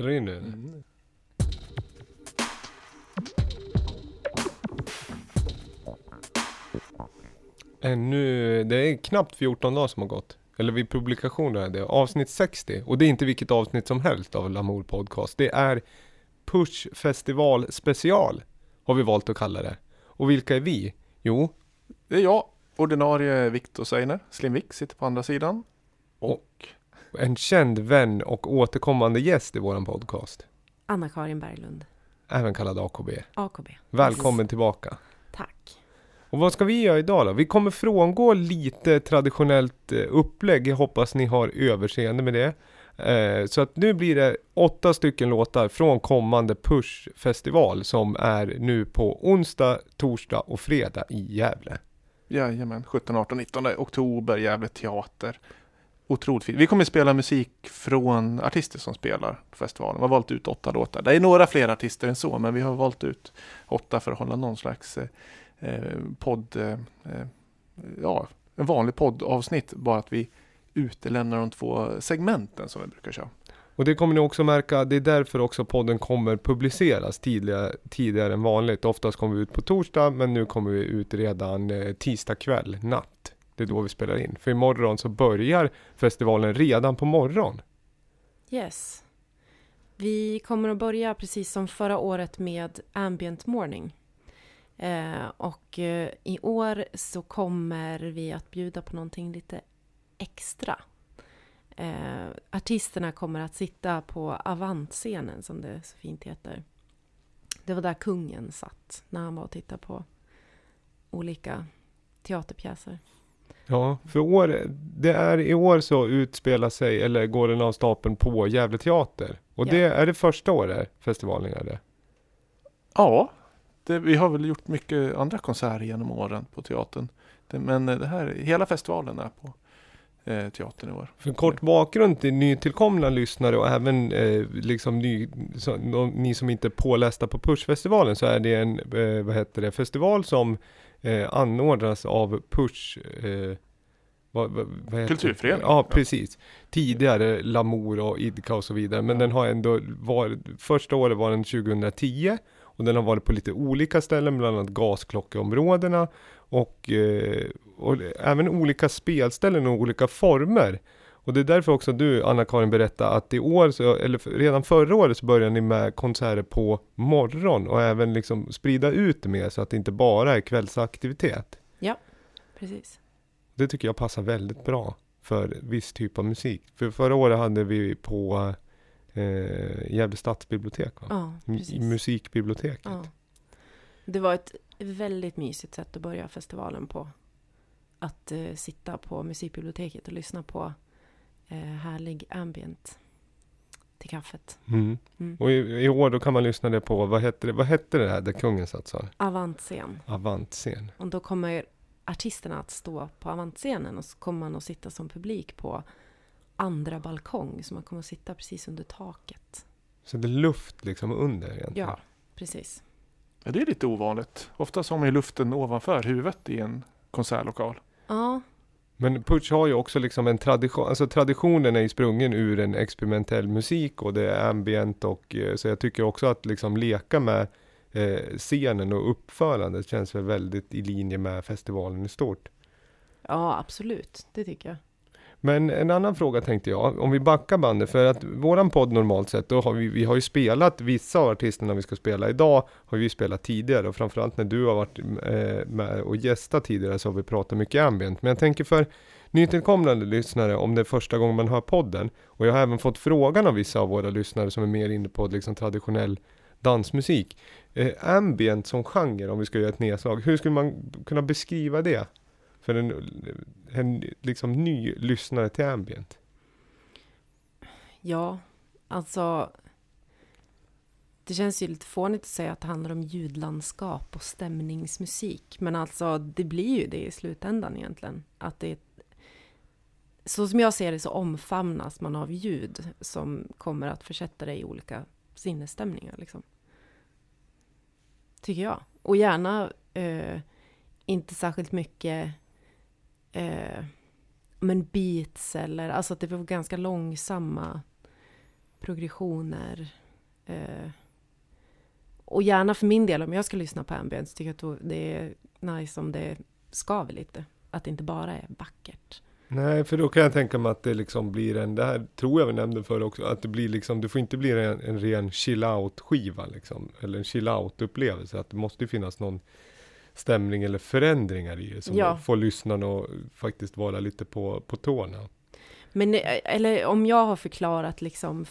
Spelar in nu? Det är knappt 14 dagar som har gått. Eller vid publikationen är det avsnitt 60. Och det är inte vilket avsnitt som helst av Lamour Podcast. Det är Push Festival special har vi valt att kalla det. Och vilka är vi? Jo, det är jag, ordinarie Viktor Seiner. Slim Vic sitter på andra sidan. Och en känd vän och återkommande gäst i våran podcast. Anna-Karin Berglund. Även kallad AKB. AKB. Välkommen tillbaka. Tack. Och vad ska vi göra idag då? Vi kommer frångå lite traditionellt upplägg. Jag hoppas ni har överseende med det. Så att nu blir det 8 stycken låtar från kommande Push-festival som är nu på onsdag, torsdag och fredag i Gävle. Jajamän, 17, 18, 19 oktober, Gävle teater. Otroligt fint. Vi kommer spela musik från artister som spelar på festivalen. Vi har valt ut 8 låtar. Det är några fler artister än så, men vi har valt ut 8 för att hålla någon slags en vanlig poddavsnitt. Bara att vi utelämnar de 2 segmenten som vi brukar köra. Och det kommer ni också märka, det är därför också podden kommer publiceras tidigare än vanligt. Oftast kommer vi ut på torsdag, men nu kommer vi ut redan tisdag kväll, natt. Det är då vi spelar in. För imorgon så börjar festivalen redan på morgon. Yes. Vi kommer att börja precis som förra året med Ambient Morning. I år så kommer vi att bjuda på någonting lite extra. Artisterna kommer att sitta på Avant-scenen som det så fint heter. Det var där kungen satt när han var och tittade på olika teaterpjäser. Ja, för i år så utspelar sig, eller går den av stapeln på Gävle teater. Och det är det första året festivalen är det? Ja, vi har väl gjort mycket andra konserter genom åren på teatern. Men det här, hela festivalen är på teatern i år. För en kort bakgrund till nytillkomna lyssnare och även ni som inte är pålästa på Push-festivalen, så är det en festival som anordnas av Push Kulturförening. Ja, precis. Tidigare Lamour och Idka och så vidare. Men den har ändå första året var den 2010 och den har varit på lite olika ställen, bland annat gasklockeområdena och även olika spelställen och olika former. Och det är därför också du, Anna-Karin, berättade att i år, eller redan förra året, så började ni med konserter på morgon och även liksom sprida ut det mer så att det inte bara är kvällsaktivitet. Ja, precis. Det tycker jag passar väldigt bra för viss typ av musik. För förra året hade vi på Gävle stadsbibliotek, va? Ja, precis. Musikbiblioteket. Ja. Det var ett väldigt mysigt sätt att börja festivalen på. Att sitta på musikbiblioteket och lyssna på härlig ambient till kaffet. Och i år då kan man lyssna det på, vad hette det här där kungen satt, så? Avant-scen. Och då kommer artisterna att stå på Avant-scenen och så kommer man att sitta som publik på andra balkong, så man kommer att sitta precis under taket. Så det är luft liksom under egentligen? Ja, precis. Ja, det är lite ovanligt. Ofta har man ju luften ovanför huvudet i en konsertlokal. Ja. Men Push har ju också liksom en tradition, alltså traditionen är ju sprungen ur en experimentell musik och det är ambient, och så jag tycker också att liksom leka med scenen och uppförandet känns väl väldigt i linje med festivalen i stort. Ja, absolut. Det tycker jag. Men en annan fråga tänkte jag, om vi backar bandet, för att våran podd normalt sett, då har vi har ju spelat vissa av artisterna vi ska spela idag, har vi spelat tidigare, och framförallt när du har varit med och gästat tidigare så har vi pratat mycket ambient. Men jag tänker för nytillkomna lyssnare, om det är första gången man hör podden, och jag har även fått frågan av vissa av våra lyssnare som är mer inne på liksom traditionell dansmusik. Ambient som genre, om vi ska göra ett nedslag, hur skulle man kunna beskriva det för en liksom ny lyssnare till ambient? Ja, alltså det känns ju lite fånigt att säga att det handlar om ljudlandskap och stämningsmusik, men alltså det blir ju det i slutändan egentligen. Att det, så som jag ser det, så omfamnas man av ljud som kommer att försätta dig i olika sinnesstämningar liksom. Tycker jag. Och gärna inte särskilt mycket men beats, eller alltså att det var ganska långsamma progressioner. Och gärna för min del, om jag ska lyssna på ambient, så tycker jag att det är nice om det skaver lite. Att det inte bara är vackert. Nej, för då kan jag tänka mig att det liksom blir det här tror jag vi nämnde för också, att det blir liksom, det får inte bli en ren chill-out-skiva liksom, eller en chill-out-upplevelse, att det måste finnas någon stämning eller förändringar i det som får lyssnarna att faktiskt vara lite på tårna. Men, eller om jag har förklarat liksom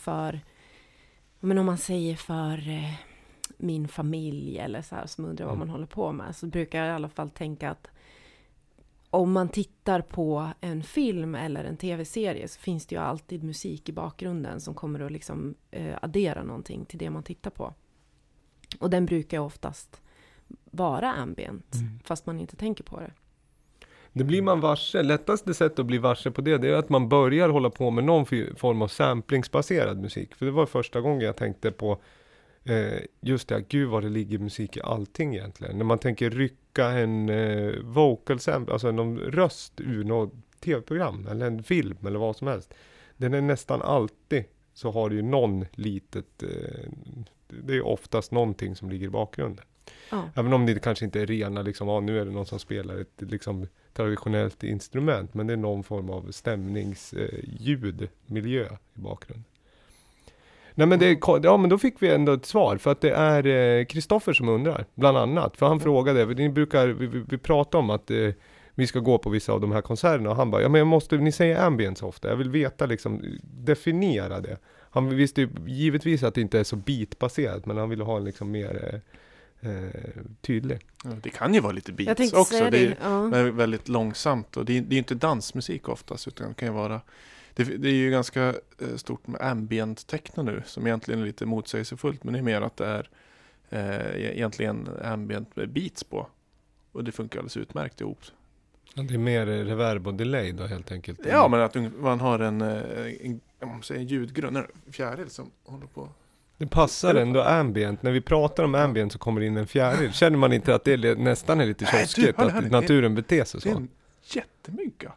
men om man säger för min familj eller så här, som undrar vad man håller på med, så brukar jag i alla fall tänka att om man tittar på en film eller en tv-serie, så finns det ju alltid musik i bakgrunden som kommer att liksom addera någonting till det man tittar på. Och den brukar ju oftast vara ambient, fast man inte tänker på det. Det blir man varse. Lättaste sätt att bli varse på det är att man börjar hålla på med någon form av samplingsbaserad musik. För det var första gången jag tänkte på just det, gud vad det ligger musik i allting egentligen. När man tänker rycka en vocal sample, alltså någon röst ur något tv-program eller en film eller vad som helst. Den är nästan alltid, så har det ju någon litet, det är oftast någonting som ligger i bakgrunden. Även om det kanske inte är rena, liksom, nu är det någon som spelar ett liksom traditionellt instrument, men det är någon form av stämningsljud, miljö i bakgrunden. Nej, men men då fick vi ändå ett svar, för att det är Kristoffer som undrar, bland annat. För han frågade, vi pratar om att vi ska gå på vissa av de här konserterna, och han bara, men ni säger ambience ofta, jag vill veta liksom, definiera det. Han visste ju givetvis att det inte är så beatbaserat, men han ville ha en liksom mer tydlig. Ja, det kan ju vara lite beats också, det är väldigt långsamt, och det är inte dansmusik oftast, utan det kan ju vara det är ju ganska stort med ambient techno nu, som egentligen är lite motsägelsefullt, men det är mer att det är egentligen ambient med beats på, och det funkar alldeles utmärkt ihop. Ja, det är mer reverb och delay då helt enkelt. Ja, men att man har en ljudgrund, fjäril som håller på. Det passar ändå ambient. När vi pratar om ambient så kommer det in en fjäril. Känner man inte att det nästan är lite kioskigt att naturen beter sig så? Det är en jättemygga.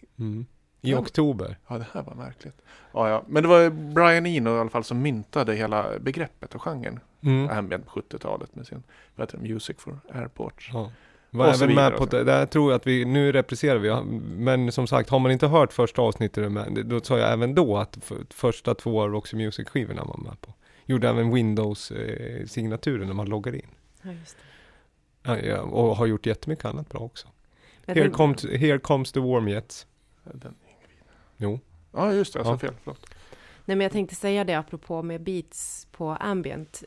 I oktober. Ja, det här var märkligt. Ja. Men det var Brian Eno i alla fall som myntade hela begreppet och genren. Ambient på 70-talet med sin Music for Airports. Ja. Var även med på det. Där tror jag att vi, nu replicerar vi. Men som sagt, har man inte hört första avsnittet med, då sa jag även då att första 2 Roxy Music-skivorna var med på. Gjorde även Windows-signaturen när man loggar in. Ja, just det. Ja, och har gjort jättemycket annat bra också. Here comes the warm jets. Jo. Ja, just det. Jag sa fel. Förlåt. Nej, men jag tänkte säga det apropå med beats på ambient.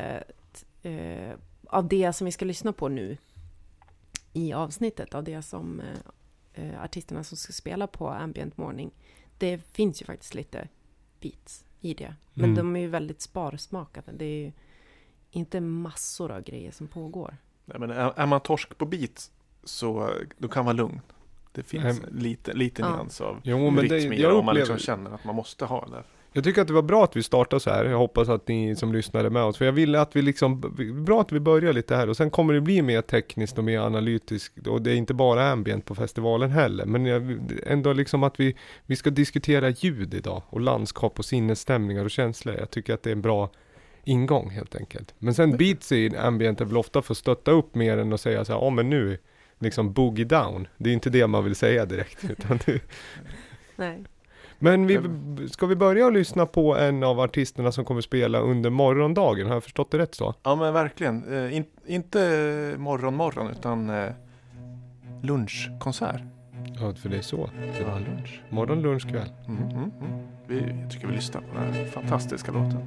Av det som vi ska lyssna på nu i avsnittet, av det som artisterna som ska spela på Ambient Morning, det finns ju faktiskt lite beats i det. Men de är ju väldigt sparsmakade. Det är ju inte massor av grejer som pågår. Nej, men är man torsk på beats, så då kan man vara lugn. Det finns lite nyans av rytm om man liksom känner att man måste ha det. Jag tycker att det var bra att vi startade så här. Jag hoppas att ni som lyssnade med oss. För jag ville att vi liksom, bra att vi börjar lite här. Och sen kommer det bli mer tekniskt och mer analytiskt. Och det är inte bara ambient på festivalen heller. Men ändå liksom att vi ska diskutera ljud idag. Och landskap och sinnesstämningar och känslor. Jag tycker att det är en bra ingång helt enkelt. Men sen beats i ambient är väl ofta för att stötta upp mer än att säga så här, men nu liksom boogie down. Det är inte det man vill säga direkt. Utan Nej. Men ska vi börja och lyssna på en av artisterna som kommer spela under morgondagen? Har jag förstått det rätt så? Ja, men verkligen. Inte morgon utan lunchkonsert. Ja, för det är så. Det var lunch. Morgon, lunch, kväll. Jag tycker vi lyssnar på den här fantastiska låten.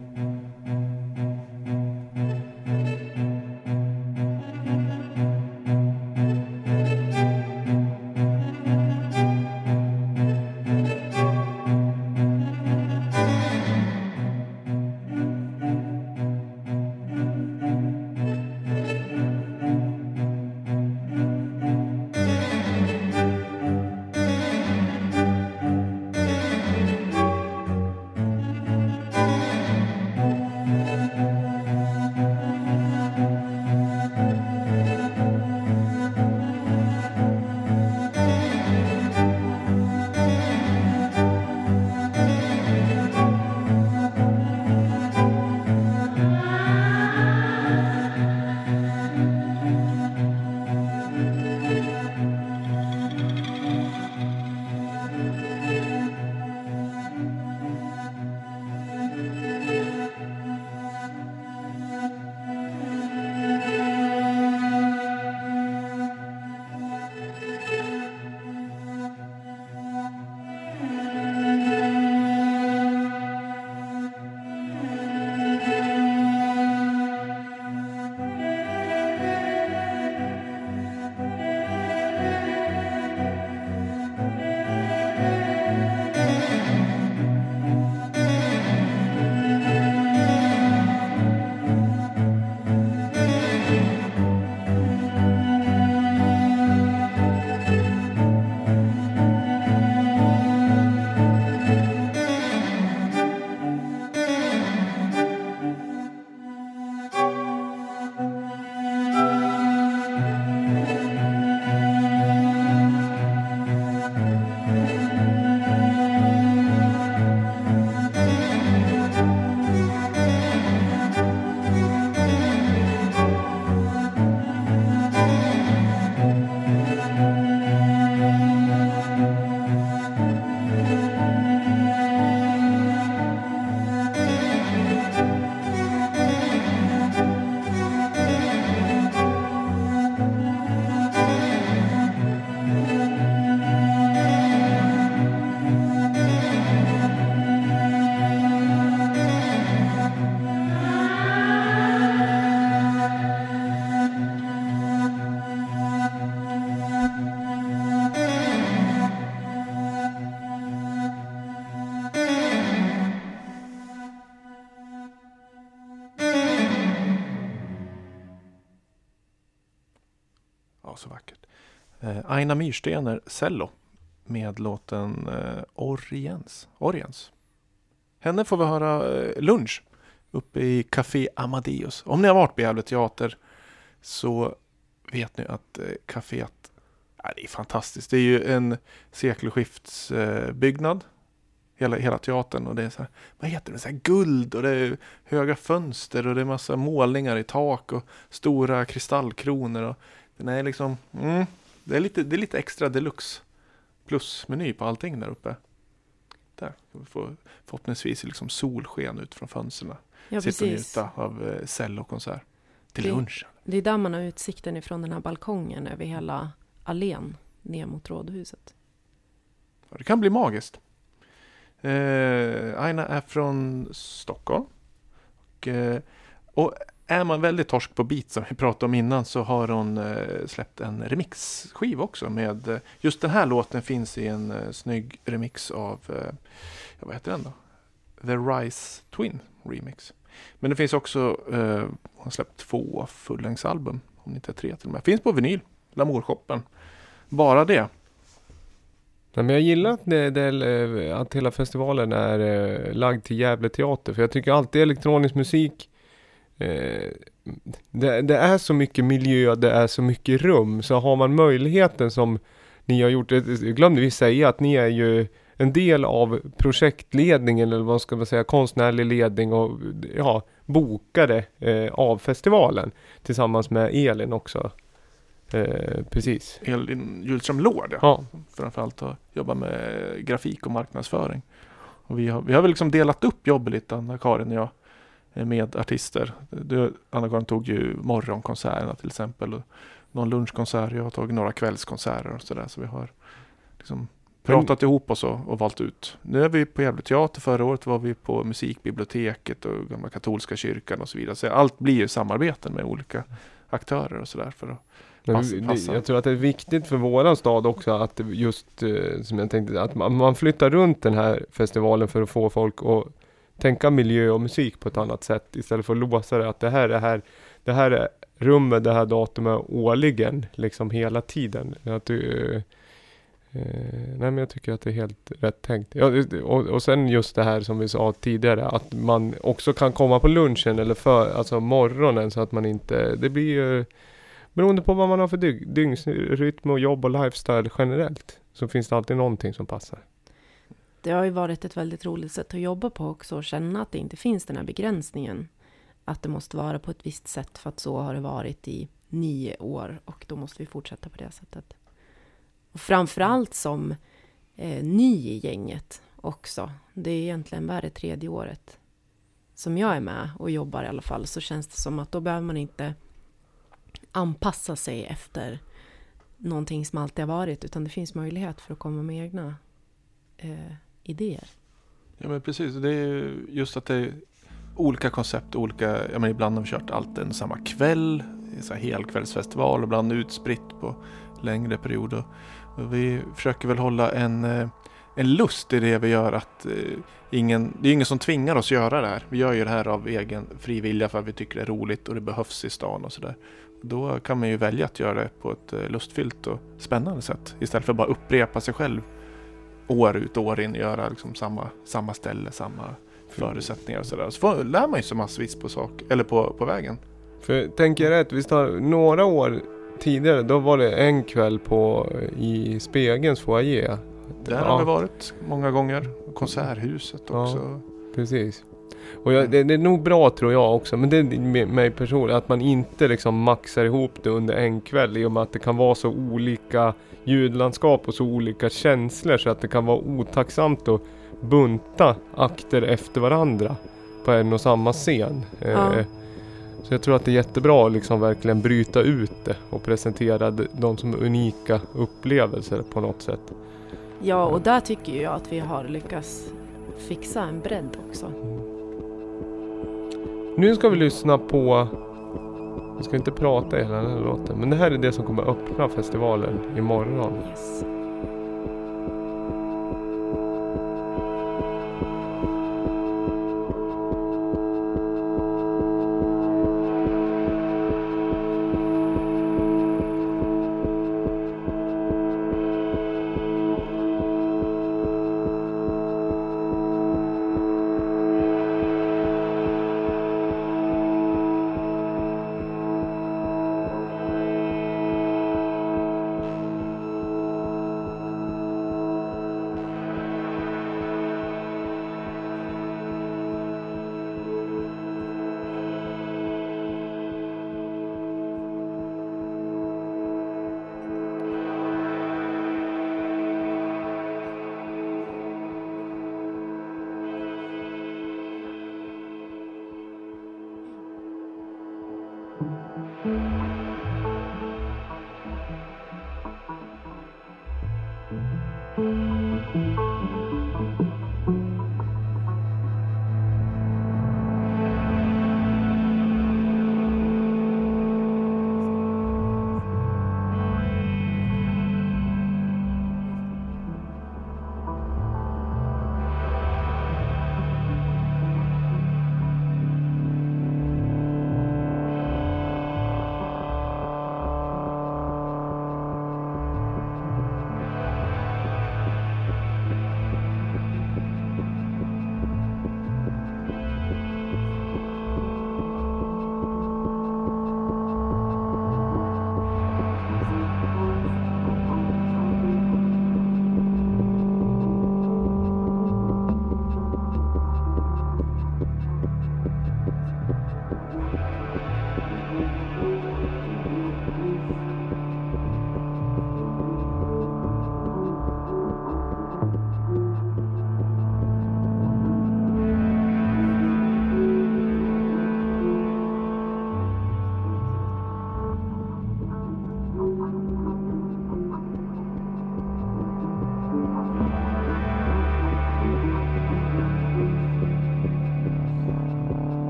så vackert. Aina Myrstener, cello, med låten Oriens. Henne får vi höra lunch uppe i Café Amadeus. Om ni har varit på Gävle teater så vet ni att kaféet det är fantastiskt. Det är ju en sekelskiftsbyggnad. Hela teatern, och det är så här, vad heter det, så här guld, och det är höga fönster och det är massa målningar i tak och stora kristallkronor, och den är liksom det är lite extra deluxe plusmeny på allting där uppe. Där kan vi få förhoppningsvis liksom solsken ut från fönstren. Ja, sitta och precis. njuta av cellokonsert till lunchen. Det är där man har utsikten ifrån den här balkongen över hela allén ner mot rådhuset. Ja, det kan bli magiskt. Aina är från Stockholm. Och är man väldigt torsk på beat som vi pratade om innan, så har hon släppt en remixskiva också med just den här låten finns i en snygg remix av vad heter den då? The Rise Twin remix. Men det finns också hon har släppt 2 fullängdsalbum, om inte 3 till och med. Finns på vinyl, Lamour-shoppen. Bara det. Ja, men jag gillar att hela festivalen är lagd till Gävle teater, för jag tycker alltid elektronisk musik det är så mycket miljö, det är så mycket rum, så har man möjligheten som ni har gjort, glömde vi säga att ni är ju en del av projektledningen, eller vad ska man säga, konstnärlig ledning och bokare av festivalen tillsammans med Elin också. Precis. Elin Julström Lord, ja. Framförallt har jobbat med grafik och marknadsföring. Och vi har väl liksom delat upp jobbet lite, Anna-Karin och jag, med artister. Anna-Karin tog ju morgonkonserterna till exempel, och någon lunchkonsert, jag har tagit några kvällskonserter och sådär, så vi har liksom pratat ihop oss och valt ut. Nu är vi på Gävle teater, förra året var vi på musikbiblioteket och gamla katolska kyrkan och så vidare. Så allt blir ju samarbeten med olika aktörer och sådär för att passa. Jag tror att det är viktigt för våran stad också att just som jag tänkte, att man flyttar runt den här festivalen för att få folk att tänka miljö och musik på ett annat sätt, istället för att låsa det att det här är rummet, det här datumet årligen, liksom hela tiden. Men jag tycker att det är helt rätt tänkt. Ja, och sen just det här som vi sa tidigare, att man också kan komma på lunchen eller alltså morgonen, så att man inte, det blir ju beroende på vad man har för dygnsrytm och jobb och lifestyle generellt, så finns det alltid någonting som passar. Det har ju varit ett väldigt roligt sätt att jobba på också, och känna att det inte finns den här begränsningen. Att det måste vara på ett visst sätt, för att så har det varit i 9 år, och då måste vi fortsätta på det sättet. Och framförallt som ny i gänget också. Det är egentligen bara det 3:e året som jag är med och jobbar i alla fall, så känns det som att då behöver man inte anpassa sig efter någonting som alltid har varit, utan det finns möjlighet för att komma med egna idéer. Ja, men precis, det är just att det är olika koncept, ibland har vi kört allt en samma kväll, så här helkvällsfestival, ibland utspritt på längre perioder. Och vi försöker väl hålla en lust i det vi gör, att det är ingen som tvingar oss göra det här. Vi gör ju det här av egen frivilliga för att vi tycker det är roligt och det behövs i stan och sådär. Då kan man ju välja att göra det på ett lustfyllt och spännande sätt, istället för att bara upprepa sig själv år ut och år in, göra liksom samma ställe, samma förutsättningar och sådär. Så lär man ju så massvis på eller på vägen. För tänker jag rätt, vi tar några år tidigare, då var det en kväll i Spegelns foyer. Där har vi varit många gånger. Konserthuset också. Ja, precis. Och det är nog bra, tror jag också, men det är med mig personligen, att man inte liksom maxar ihop det under en kväll, i och med att det kan vara så olika ljudlandskap och så olika känslor, så att det kan vara otacksamt att bunta akter efter varandra på en och samma scen. Ja. Så jag tror att det är jättebra att liksom verkligen bryta ut det och presentera dem som unika upplevelser på något sätt. Ja, och där tycker jag att vi har lyckats fixa en bredd också. Nu ska vi lyssna på, vi ska inte prata i hela den här låten, men det här är det som kommer öppna festivalen imorgon. Yes.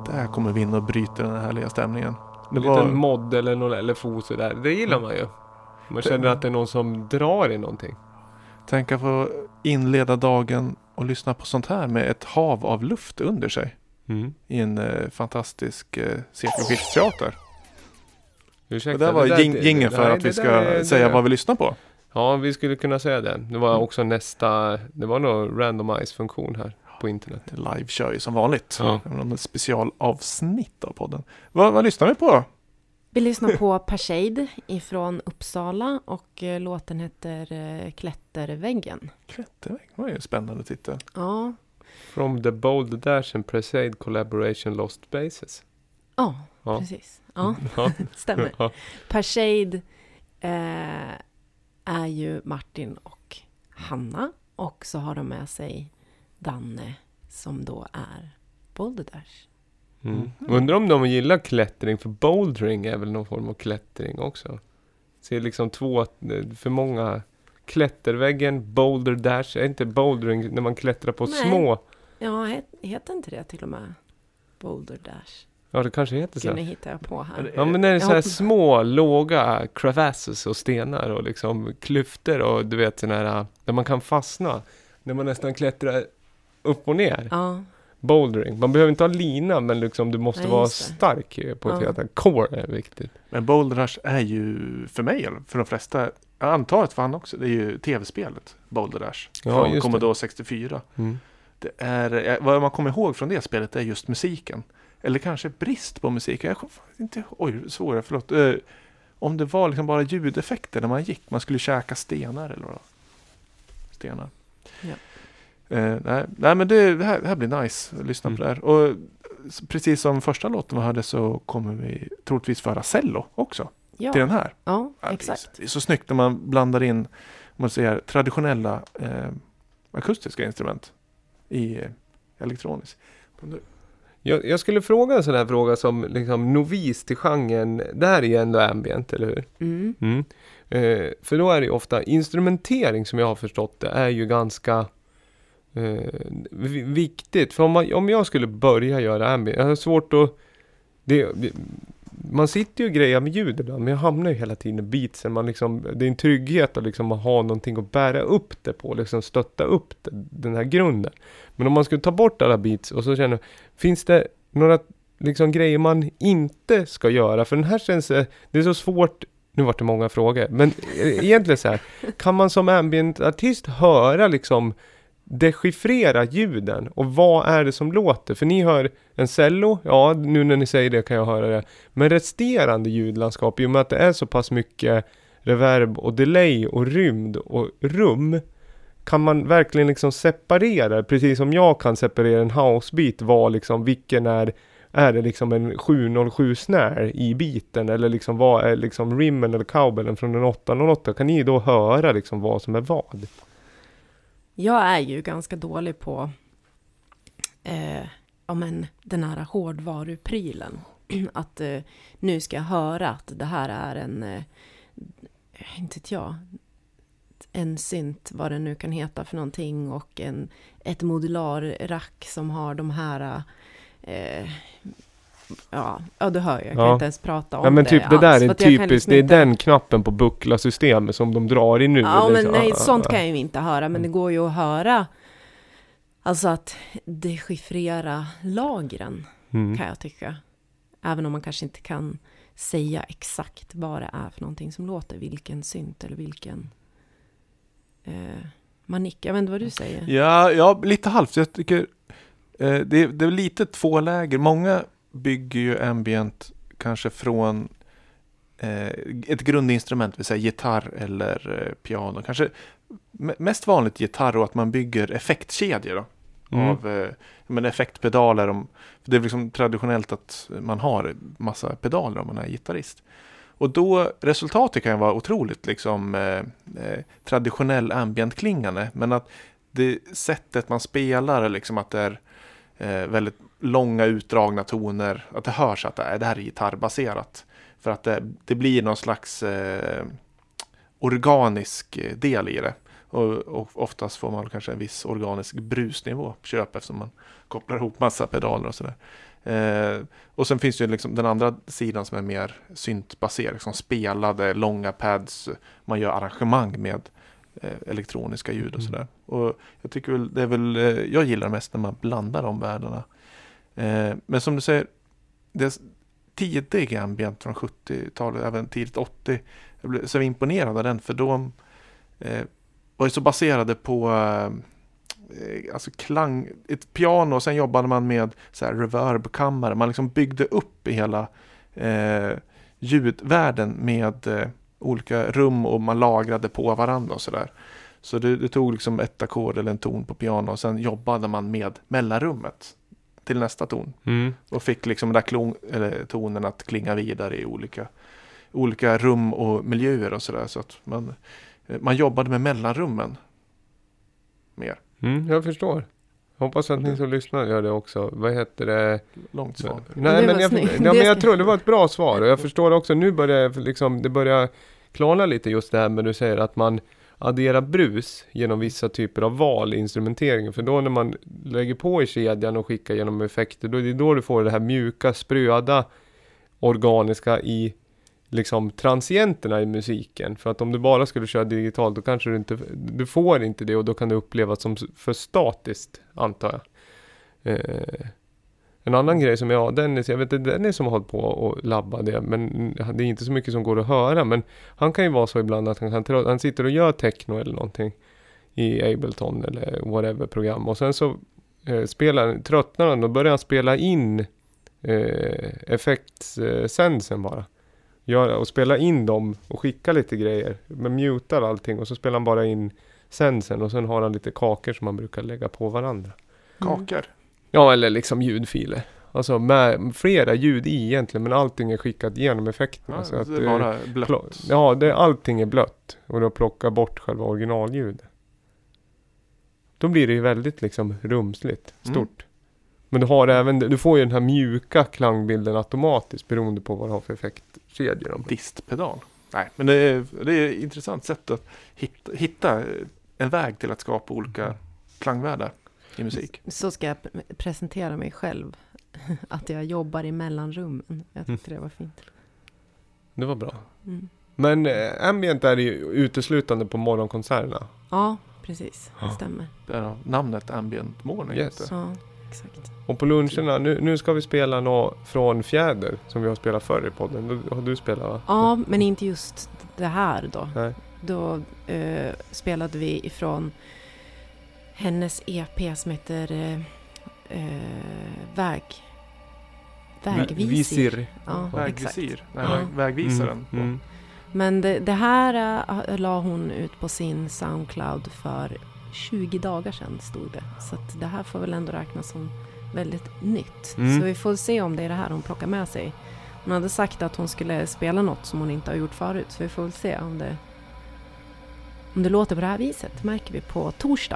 där kommer vi in och bryter den här härliga stämningen. En liten mod eller någon LFO sådär. Det gillar man ju. Man känner att det är någon som drar i någonting. Tänk att få inleda dagen och lyssna på sånt här med ett hav av luft under sig. I en fantastisk sekelskiftsteater. Ursäkta, det där var jingeln för att vi ska säga vad vi lyssnar på. Ja, vi skulle kunna säga det. Det var också det var någon randomize-funktion här på internet. Live kör ju som vanligt. Ja. Ett specialavsnitt av podden. Vad lyssnar vi på? Vi lyssnar på Perseid ifrån Uppsala och låten heter Klätterväggen. Klätterväggen, det var ju en spännande titel. Ja. From the Boulder Dash and Perseid Collaboration Lost Bases. Ja, precis. Ja, stämmer. Ja. Perseid är ju Martin och Hanna och så har de med sig Danne som då är Boulder Dash. Undrar om de gillar klättring, för bouldering är väl någon form av klättring också. Ser liksom för många klätterväggen, Boulder Dash, är inte bouldering när man klättrar på små? Ja, heter inte det till och med Boulder Dash? Ja, det kanske heter så. Nu hittar jag på här. Ja, men det är så här små, låga crevasses och stenar och liksom klyftor och du vet sån här, där man kan fastna. När man nästan klättrar upp och ner. Ja. Bouldering. Man behöver inte ha lina, men liksom du måste vara stark på ett helt. Core är viktigt. Men Boulder Dash är ju för mig, för de flesta, jag antar att för han också, det är ju tv-spelet Boulder Dash. Från Commodore 64. Det är, vad man kommer ihåg från det spelet är just musiken. Eller kanske brist på musik. Förlåt. Om det var liksom bara ljudeffekter när man gick. Man skulle käka stenar eller vad? Stenar. Ja. Nej, men det här blir nice att lyssna på det här. Och precis som första låten vi hade så kommer vi troligtvis föra cello också till den här. Ja, exakt. Det är så snyggt när man blandar in, man säger, traditionella akustiska instrument i elektroniskt. Jag skulle fråga en sån här fråga som liksom novis till genren. Det här är ju ändå ambient, eller hur? För då är det ju ofta instrumentering, som jag har förstått det, är ju ganska viktigt. För om jag skulle börja göra ambient, jag har svårt att man sitter ju och grejer med ljud ibland, men jag hamnar ju hela tiden i beatsen. Det är en trygghet att liksom ha någonting att bära upp det på, liksom stötta upp den här grunden. Men om man skulle ta bort alla beats och så känner, finns det några liksom grejer man inte ska göra? För den här känns, det är så svårt. Nu var det många frågor, men egentligen så här, kan man som ambient-artist höra liksom dechiffrera ljuden och vad är det som låter? För ni hör en cello, ja, nu när ni säger det kan jag höra det, men resterande ljudlandskap, i och med att det är så pass mycket reverb och delay och rymd och rum, kan man verkligen liksom separera, precis som jag kan separera en housebeat, vad liksom, vilken är det liksom en 707 snare i biten, eller liksom vad är liksom rimmen eller cowbellen från en 808? Kan ni då höra liksom vad som är vad? Jag är ju ganska dålig på den här hårdvaruprylen. Att nu ska jag höra att det här är en synt, vad det nu kan heta för någonting, och ett modular-rack som har de här du hör, jag kan inte ens prata om det. Men typ det där är typiskt, det är den knappen på buckla-systemet som de drar i nu. Ja, men nej, sånt kan jag ju inte höra, men det går ju att höra, alltså att dechiffrera lagren, kan jag tycka. Även om man kanske inte kan säga exakt vad det är för någonting som låter, vilken synt eller vilken manick. Jag vet inte vad du säger. Ja, lite halvt. Jag tycker det är lite två läger. Många bygger ju ambient kanske från ett grundinstrument, vill säga gitarr eller piano. Kanske mest vanligt gitarr, och att man bygger effektkedjor då, av effektpedaler. För det är liksom traditionellt att man har massa pedaler om man är gitarrist. Och då, resultatet kan vara otroligt liksom traditionell ambient-klingande, men att det sättet man spelar, liksom att det är väldigt långa utdragna toner, att det hörs att det här är gitarrbaserat, för att det blir någon slags organisk del i det. Och oftast får man kanske en viss organisk brusnivå på köp eftersom man kopplar ihop massa pedaler och sådär. Och sen finns det ju liksom den andra sidan som är mer syntbaserad, liksom spelade långa pads, man gör arrangemang med elektroniska ljud och sådär. Och jag tycker väl, det är väl, jag gillar mest när man blandar de världarna. Men som du säger, det är tidig ambient från 70-talet, även tidigt 80. Jag blev så imponerad av den, för de var ju så baserade på alltså klang, ett piano, och sen jobbade man med så här reverb-kammare. Man liksom byggde upp i hela ljudvärlden med olika rum, och man lagrade på varandra och sådär. Så det tog liksom ett ackord eller en ton på piano, och sen jobbade man med mellanrummet till nästa ton. Och fick liksom den där tonen att klinga vidare i olika rum och miljöer och sådär. Så att man jobbade med mellanrummen mer. Jag förstår. Hoppas att ni som lyssnar gör det också. Vad heter det? Långt svar. Nej, men jag tror det var ett bra svar. Och jag förstår också, nu börjar det börjar klarna lite just det här med du säger att man adderar brus genom vissa typer av val i instrumenteringen. För då när man lägger på i kedjan och skickar genom effekter, då är det då du får det här mjuka, spröda, organiska i liksom transienterna i musiken. För att om du bara skulle köra digitalt, då kanske du får inte det, och då kan det upplevas som för statiskt, antar jag. En annan grej som Dennis som har hållit på och labba det, men det är inte så mycket som går att höra, men han kan ju vara så ibland att han sitter och gör techno eller någonting i Ableton eller whatever program, och sen så tröttnar han och börjar spela in effektsensen bara. Och spela in dem och skicka lite grejer, men mutar allting, och så spelar han bara in sensen, och sen har han lite kakor som man brukar lägga på varandra. Kakor? Ja, eller liksom ljudfiler. Alltså med flera ljud i egentligen, men allting är skickat genom effekterna. Ja, så att det är bara blött. Ja, allting är blött. Och då plockar bort själva originalljudet. Då blir det ju väldigt liksom rumsligt, stort. Men du får ju den här mjuka klangbilden automatiskt beroende på vad du har för effektkedjor. Distpedal. Nej, men det är ett intressant sätt att hitta en väg till att skapa olika klangvärldar i musik. Så ska jag presentera mig själv. Att jag jobbar i mellanrummen. Jag tyckte det var fint. Det var bra. Men ambient är ju uteslutande på morgonkonserterna. Ja, precis. Det stämmer. Det är namnet Ambient Morning. Yes. Ja, exakt. Och på luncherna, nu ska vi spela något från Fjäder som vi har spelat förr i podden. Då har du spelat, va? Ja, men inte just det här då. Nej. Då spelade vi ifrån hennes EP som heter Vägvisir. Ja, Vägvisir. exakt. Vägvisaren. Men det här la hon ut på sin SoundCloud för 20 dagar sedan, stod det. Så att det här får väl ändå räknas som väldigt nytt. Så vi får se om det är det här hon plockar med sig. Hon hade sagt att hon skulle spela något som hon inte har gjort förut. Så vi får väl se om det låter på det här viset. Märker vi på torsdag.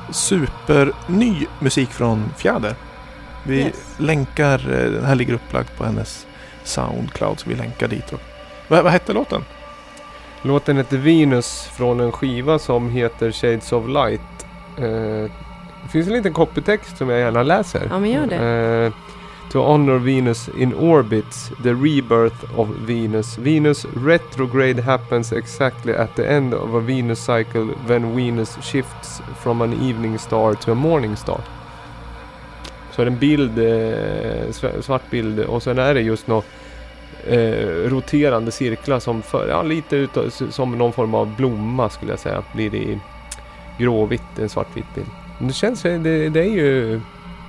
superny musik från Fjäder. Vi Yes. länkar, den här ligger upplagd på hennes Soundcloud, så vi länkar dit. Och, vad hette låten? Låten heter Venus från en skiva som heter Shades of Light. Det finns en liten copytext som jag gärna läser. Ja, men gör det. To honor Venus in orbits, the rebirth of Venus. Venus retrograde happens exactly at the end of a Venus cycle when Venus shifts from an evening star to a morning star. Så är det en bild, svart bild, och sen är det just något roterande cirklar som lite utav, som någon form av blomma skulle jag säga. Blir det i gråvitt, en svartvitt bild. Men det känns, det är ju...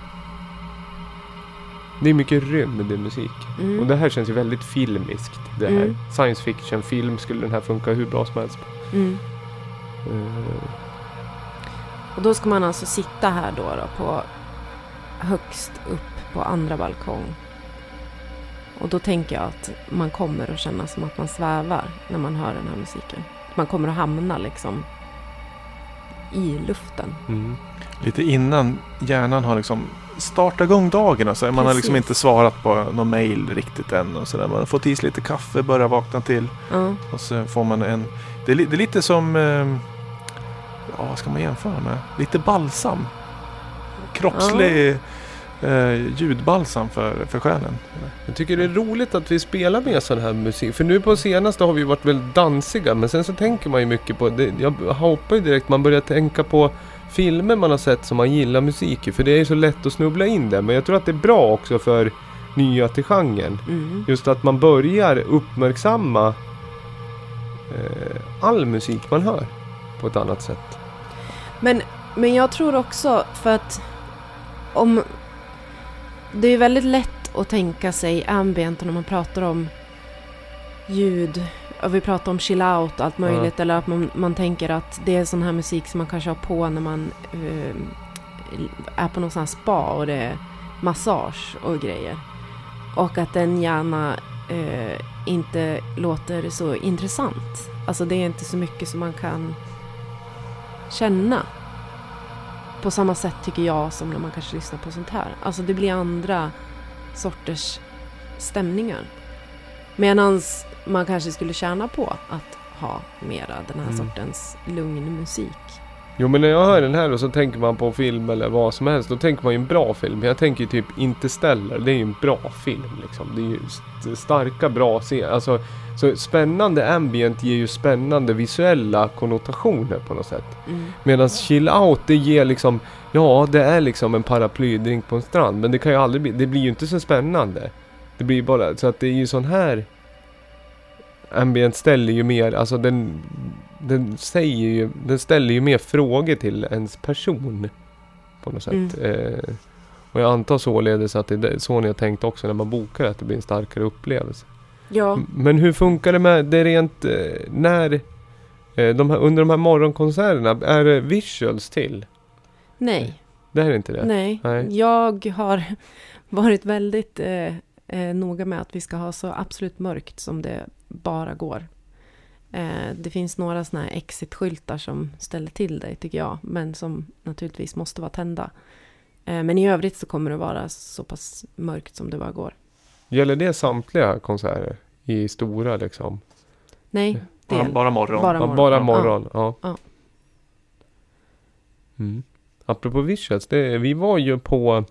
Det är mycket rymd i musik. Och det här känns ju väldigt filmiskt. Det här. Science fiction, film skulle den här funka hur bra som helst på. Och då ska man alltså sitta här då på högst upp på andra balkong. Och då tänker jag att man kommer att känna som att man svävar när man hör den här musiken. Man kommer att hamna liksom i luften. Lite innan hjärnan har liksom startat igång dagen och så. Man har liksom inte svarat på någon mail riktigt än och så där. Man har fått i sig lite kaffe, börjar vakna till. Och så får man en... Det är lite som... vad ska man jämföra med? Lite balsam. Kroppslig ljudbalsam för själen. Jag tycker det är roligt att vi spelar med sån här musik. För nu på senaste har vi varit väldigt dansiga. Men sen så tänker man ju mycket på... jag hoppar ju direkt, man börjar tänka på filmer man har sett som man gillar musik i. För det är så lätt att snubbla in det. Men jag tror att det är bra också för nya till genren. Just att man börjar uppmärksamma all musik man hör på ett annat sätt. Men jag tror också, för att om det är väldigt lätt att tänka sig ambient när man pratar om ljud, och vi pratar om chill out och allt möjligt, eller att man tänker att det är sån här musik som man kanske har på när man är på någon sån här spa och det är massage och grejer, och att den gärna inte låter så intressant. Alltså det är inte så mycket som man kan känna på samma sätt, tycker jag, som när man kanske lyssnar på sånt här. Alltså det blir andra sorters stämningar. Medan man kanske skulle tjäna på att ha mera den här sortens lugn musik. Jo, men när jag hör den här och så tänker man på film eller vad som helst, då tänker man ju en bra film. Jag tänker ju typ Interstellar, det är ju en bra film liksom. Det är ju starka, bra alltså, så spännande ambient ger ju spännande visuella konnotationer på något sätt. Medan chill out, det ger liksom, ja, det är liksom en paraplydrink på en strand, men det kan ju aldrig bli, det blir ju inte så spännande. Det blir bara, så att det är ju sån här ambient ställer ju mer, alltså den ställer ju mer frågor till ens person på något sätt. Och jag antar således att det är så ni har tänkt också när man bokar, att det blir en starkare upplevelse. Ja. Men hur funkar det med det rent när under de här morgonkonserterna, är det visuals till? Nej. Det är inte det? Nej. Jag har varit väldigt noga med att vi ska ha så absolut mörkt som det bara går. Det finns några såna här exit-skyltar som ställer till dig, tycker jag, men som naturligtvis måste vara tända. Men i övrigt så kommer det vara så pass mörkt som det bara går. Gäller det samtliga konserter i stora liksom? Nej, bara morgon. Bara morgon, ja. Apropå visuals, vi var ju på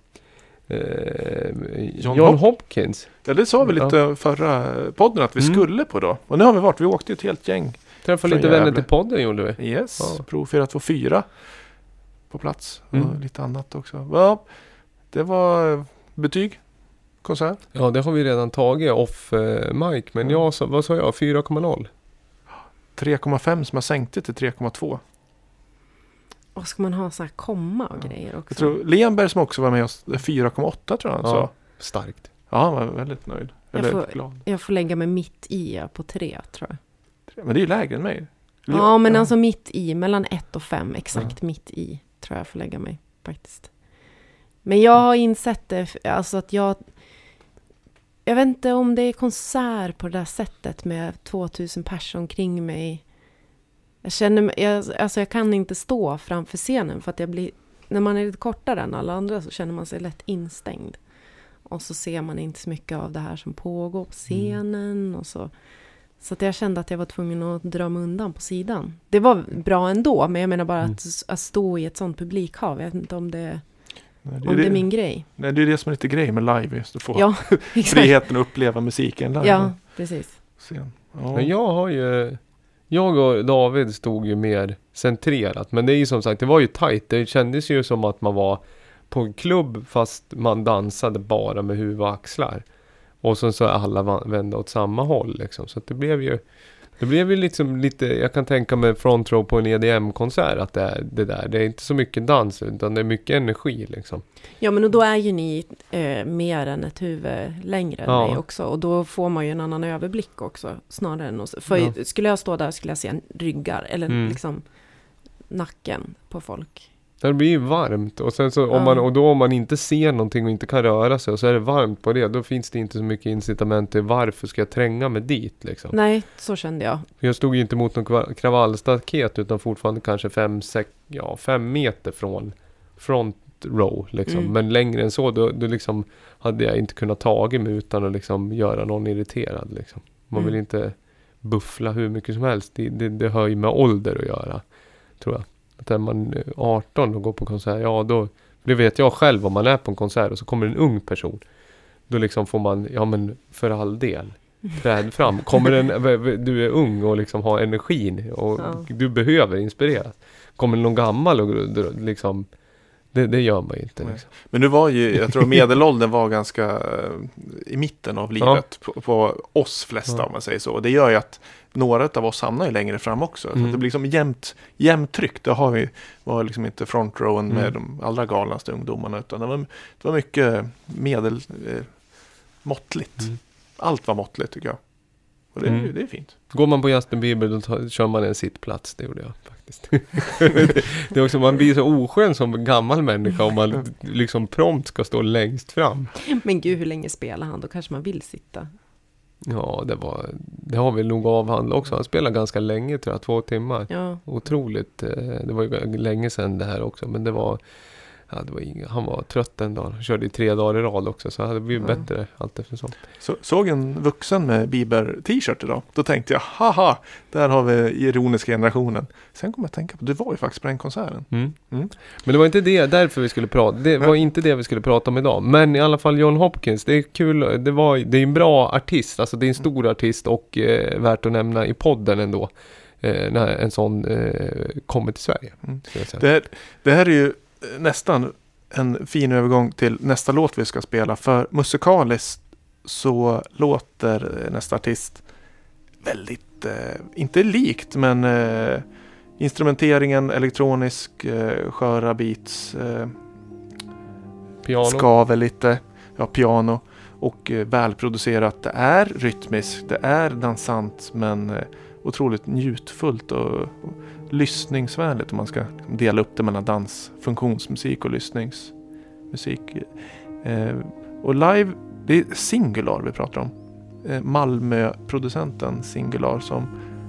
John Hopkins. Ja, det sa vi lite förra podden att vi skulle på då. Och nu har vi varit, vi åkte ett helt gäng. Träffade lite vänner till podden gjorde vi. Yes, Prov 424 på plats. Och lite annat också. Ja, det var betyg, konsert. Ja, det har vi redan tagit off mic. Men vad sa jag? 4,0? 3,5 som jag sänkte till 3,2. Och ska man ha så här komma och grejer också? Jag tror Lenberg som också var med oss, 4,8 tror jag han sa. Starkt. Ja, han var väldigt nöjd. Glad. Jag får lägga mig mitt i på 3, tror jag. Men det är ju lägre än mig. Ja, men alltså mitt i, mellan 1 och 5, exakt mitt i, tror jag får lägga mig faktiskt. Men jag har insett det, alltså att jag vet inte om det är konsert på det där sättet med 2000 personer omkring mig. Jag känner mig, jag kan inte stå framför scenen för att när man är lite kortare än alla andra så känner man sig lätt instängd. Och så ser man inte så mycket av det här som pågår på scenen. Och så att jag kände att jag var tvungen att dra mig undan på sidan. Det var bra ändå, men jag menar bara att stå i ett sånt publikhav. Jag vet inte om det är min grej. Nej, det är det som är lite grej med live. Just att få exakt. friheten att uppleva musiken live. Ja, precis. Ja. Men jag och David stod ju mer centrerat. Men det är ju som sagt, det var ju tajt. Det kändes ju som att man var på en klubb fast man dansade bara med huvud och axlar. Och så alla vände åt samma håll liksom. Så att det blev ju liksom lite, jag kan tänka mig front row på en EDM-konsert att det är inte så mycket dans utan det är mycket energi liksom. Ja, men och då är ju ni mer än ett huvud längre än mig också. Och då får man ju en annan överblick också snarare än för skulle jag stå där skulle jag se ryggar eller liksom nacken på folk. Det blir ju varmt och sen så om man inte ser någonting och inte kan röra sig och så är det varmt på det, då finns det inte så mycket incitament till varför ska jag tränga mig dit liksom. Nej, så kände jag. Jag stod ju inte mot någon kravallstaket utan fortfarande kanske 5 meter från front row liksom. Men längre än så då liksom hade jag inte kunnat tagit mig utan att liksom göra någon irriterad liksom. Man vill inte buffla hur mycket som helst. Det har ju med ålder att göra, tror jag. Att är man 18 och går på konsert, då det vet jag själv om man är på en konsert och så kommer en ung person. Då liksom får man, men för all del, träd fram. Du är ung och liksom har energin och du behöver inspireras. Kommer någon gammal och liksom, det gör man ju inte. Liksom. Men nu var ju, jag tror medelåldern var ganska i mitten av livet på oss flesta om man säger så. Och det gör ju att några av oss hamnar ju längre fram också. Så att det blir liksom jämnt tryck. Det var liksom inte front rowen med de allra galnaste ungdomarna utan det var mycket måttligt. Allt var måttligt tycker jag. Och det är fint. Går man på Justin Bieber då kör man en sittplats, det gjorde jag faktiskt. Det är också, man blir så oskön som gammal människa om man liksom prompt ska stå längst fram. Men gud, hur länge spelar han? Då kanske man vill sitta. Ja, det har vi nog avhandlat också. Han spelar ganska länge, tror jag, 2 timmar. Ja. Otroligt. Det var ju länge sedan det här också, men han var trött en dag. Han körde i 3 dagar i rad också, så det blev bättre allt eftersom. Såg en vuxen med Bieber-t-shirt idag. Då tänkte jag, haha, där har vi ironiska generationen. Sen kom jag att tänka på, det var ju faktiskt på den konserten. Men det var inte därför vi skulle prata. Det var inte det vi skulle prata om idag. Men i alla fall John Hopkins, det är kul. Det är en bra artist, alltså det är en stor artist och värt att nämna i podden ändå. När en sån kommer till Sverige. Det här är ju nästan en fin övergång till nästa låt vi ska spela. För musikaliskt så låter nästa artist väldigt, inte likt, men instrumenteringen, elektronisk, sköra beats, piano. Skaver lite, piano och välproducerat. Det är rytmiskt, det är dansant men otroligt njutfullt och lyssningsvänligt om man ska dela upp det mellan dansfunktionsmusik och lyssningsmusik. Och live, det är Singular vi pratar om. Malmö-producenten Singular som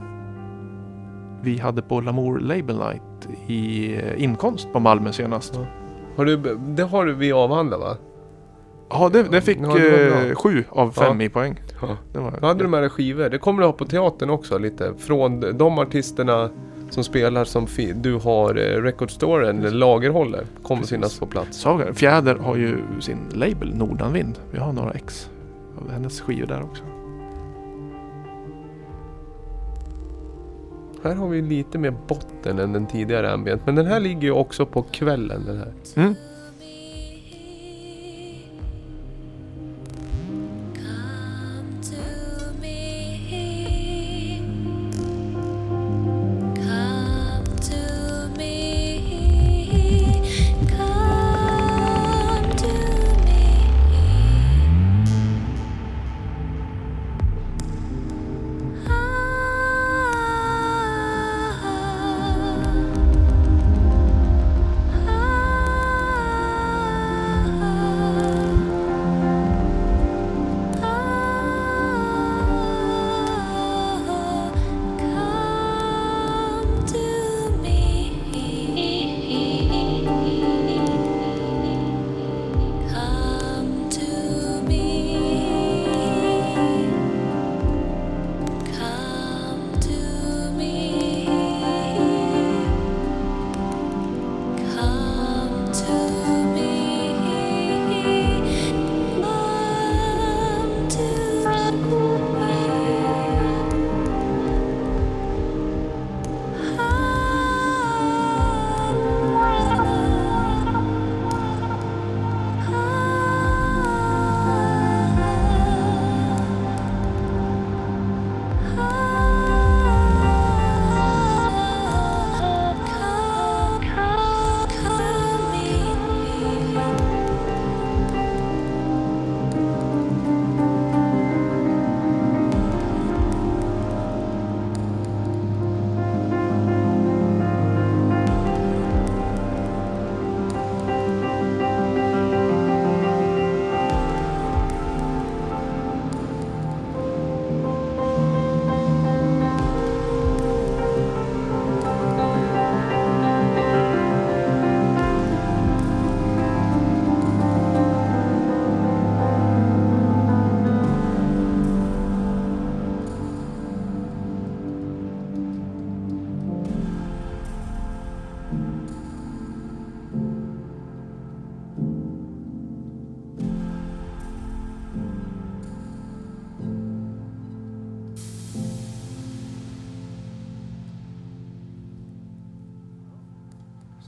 vi hade på Lamour Label Night i inkomst på Malmö senast. Ja. Det har vi avhandlat, va? Ja, det fick 7 av 5 i poäng. Ja. Då hade du med dig skivor. Det kommer du ha på teatern också lite. Från de artisterna som spelar som du har recordstoren, lagerhåller, kommer finnas på plats. Fjäder har ju sin label Nordanvind. Vi har några ex av hennes skivor där också. Här har vi lite mer botten än den tidigare ambient. Men den här ligger ju också på kvällen, den här.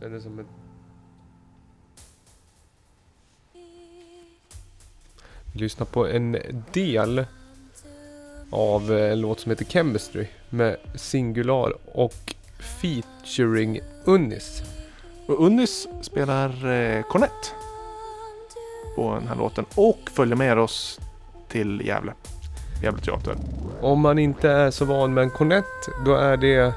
Är det som ett... Vi lyssnar på en del av en låt som heter Chemistry med Singular och featuring Unnis. Och Unnis spelar kornett på den här låten och följer med oss till Gävle teater. Om man inte är så van med en kornett, då är det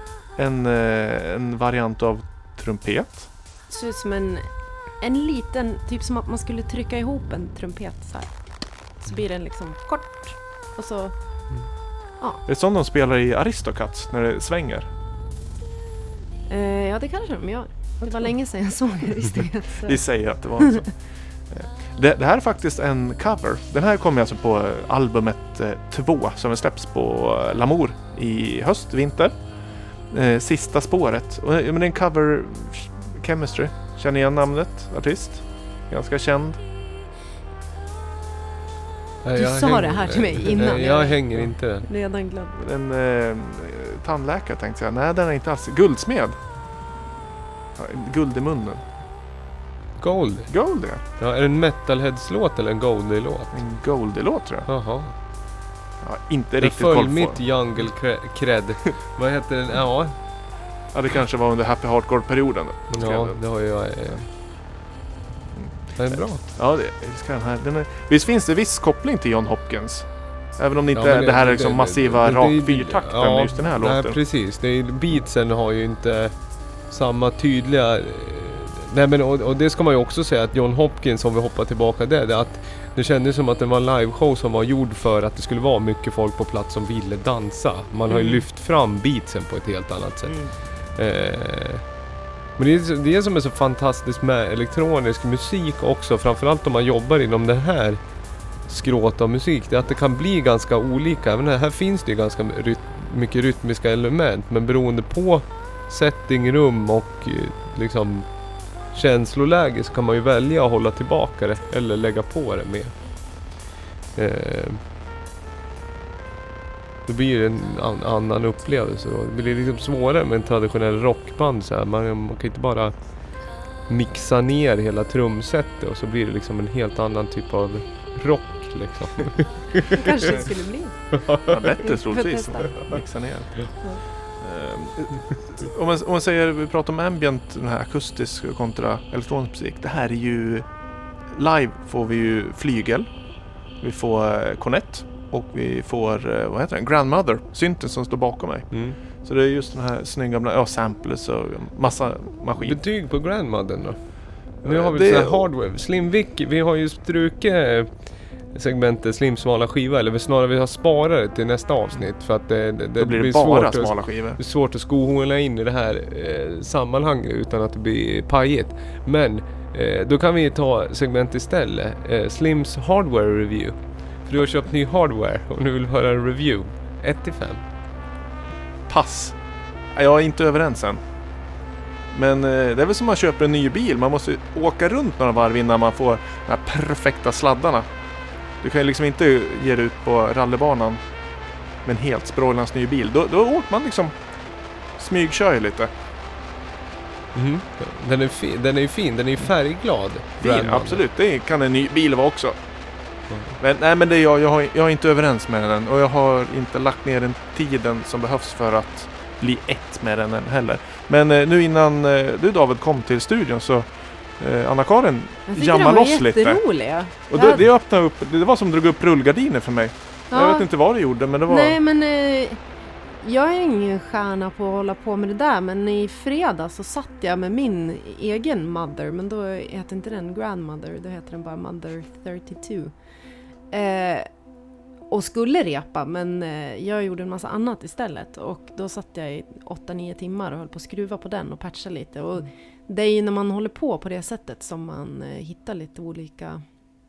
en variant av trumpet. Det ser ut som en liten, typ som att man skulle trycka ihop en trumpet så här. Så blir den liksom kort och så Det är som de spelar i Aristocats när det svänger. ja, det kanske de gör. Det var länge sedan jag såg Aristocats. Vi säger att det var så. Det här är faktiskt en cover. Den här kommer alltså på albumet 2 som släpps på Lamour i vinter. Sista spåret. Men det är en cover, Chemistry. Känner igen namnet, artist. Ganska känd. Du sa det här till mig innan. Jag hänger inte. Redan glömt. En tandläkare tänkte jag. Nej, den är inte alls. Guldsmed. Guld i munnen. Gold? Gold, ja. Ja, är det en Metalheads-låt eller en Goldie-låt? En Goldie-låt tror jag. Jaha. Ja, inte Det riktigt koll föll på. mitt jungle cred. Vad heter den? Ja, Ja, det kanske var under Happy Hardcore-perioden. ja det har jag... Det är bra. Ja, jag älskar den här. Visst finns det viss koppling till John Hopkins? Även om det inte Ja, är det här är liksom massiva rak fyrtakten med just den här låten. Nej, precis. Beatsen har ju inte samma tydliga... Nej, men och det ska man ju också säga att John Hopkins, om vi hoppar tillbaka där, det är att det kändes som att det var en liveshow som var gjord för att det skulle vara mycket folk på plats som ville dansa. Man har ju lyft fram beatsen på ett helt annat sätt. Men det som är så fantastiskt med elektronisk musik också, framförallt om man jobbar inom det här skråt av musik, det är att det kan bli ganska olika. Även här finns det ju ganska mycket rytmiska element, men beroende på setting, rum och liksom känsloläge så kan man ju välja att hålla tillbaka det eller lägga på det med. Det blir en annan upplevelse då. Det blir liksom svårare med en traditionell rockband så här. Man kan inte bara mixa ner hela trumsetet och så blir det liksom en helt annan typ av rock liksom. Kanske det skulle bli. Ja, bättre troligtvis. Mixa ner. Om man säger, vi pratar om ambient, den här akustisk kontra elektronisk musik. Det här är ju live får vi ju flygel. Vi får kornett. Och vi får, vad heter den? Grandmother, synten som står bakom mig. Så det är just den här snygga samples och massa maskin. Betyg på Grandmother då? Nu har vi sån hardware. Slim Vicky, vi har ju strukit segmentet Slim smala skiva, eller snarare vi har sparat det till nästa avsnitt för att det blir bara smala skivor. Det är svårt att skohorna in i det här sammanhanget utan att det blir pajigt. Men då kan vi ta segment istället. Slims hardware review. För du har köpt ny hardware och nu vill höra en review. 1-5. Pass. Jag är inte överens än. Men det är väl som man köper en ny bil. Man måste åka runt några varv innan man får de här perfekta sladdarna. Du kan ju liksom inte ge det ut på rallybanan med en helt språlans ny bil. Då åker man liksom smygkör ju lite. Den är fin, den är ju färgglad. Fin, absolut, det kan en ny bil vara också. Men, nej, men det är jag är inte överens med den. Och jag har inte lagt ner den tiden som behövs för att bli ett med den heller. Men nu innan du David kom till studion så Anna-Karin jammade loss lite. Och det öppnade upp, det var som drog upp rullgardiner för mig. Ja. Jag vet inte vad det gjorde, men det var... Nej, men jag är ingen stjärna på att hålla på med det där. Men i fredag så satt jag med min egen Mother. Men då heter inte den Grandmother, då heter den bara Mother 32. Och skulle repa, men jag gjorde en massa annat istället. Och då satt jag i 8-9 timmar och höll på att skruva på den och patcha lite. Och det är ju när man håller på det sättet som man hittar lite olika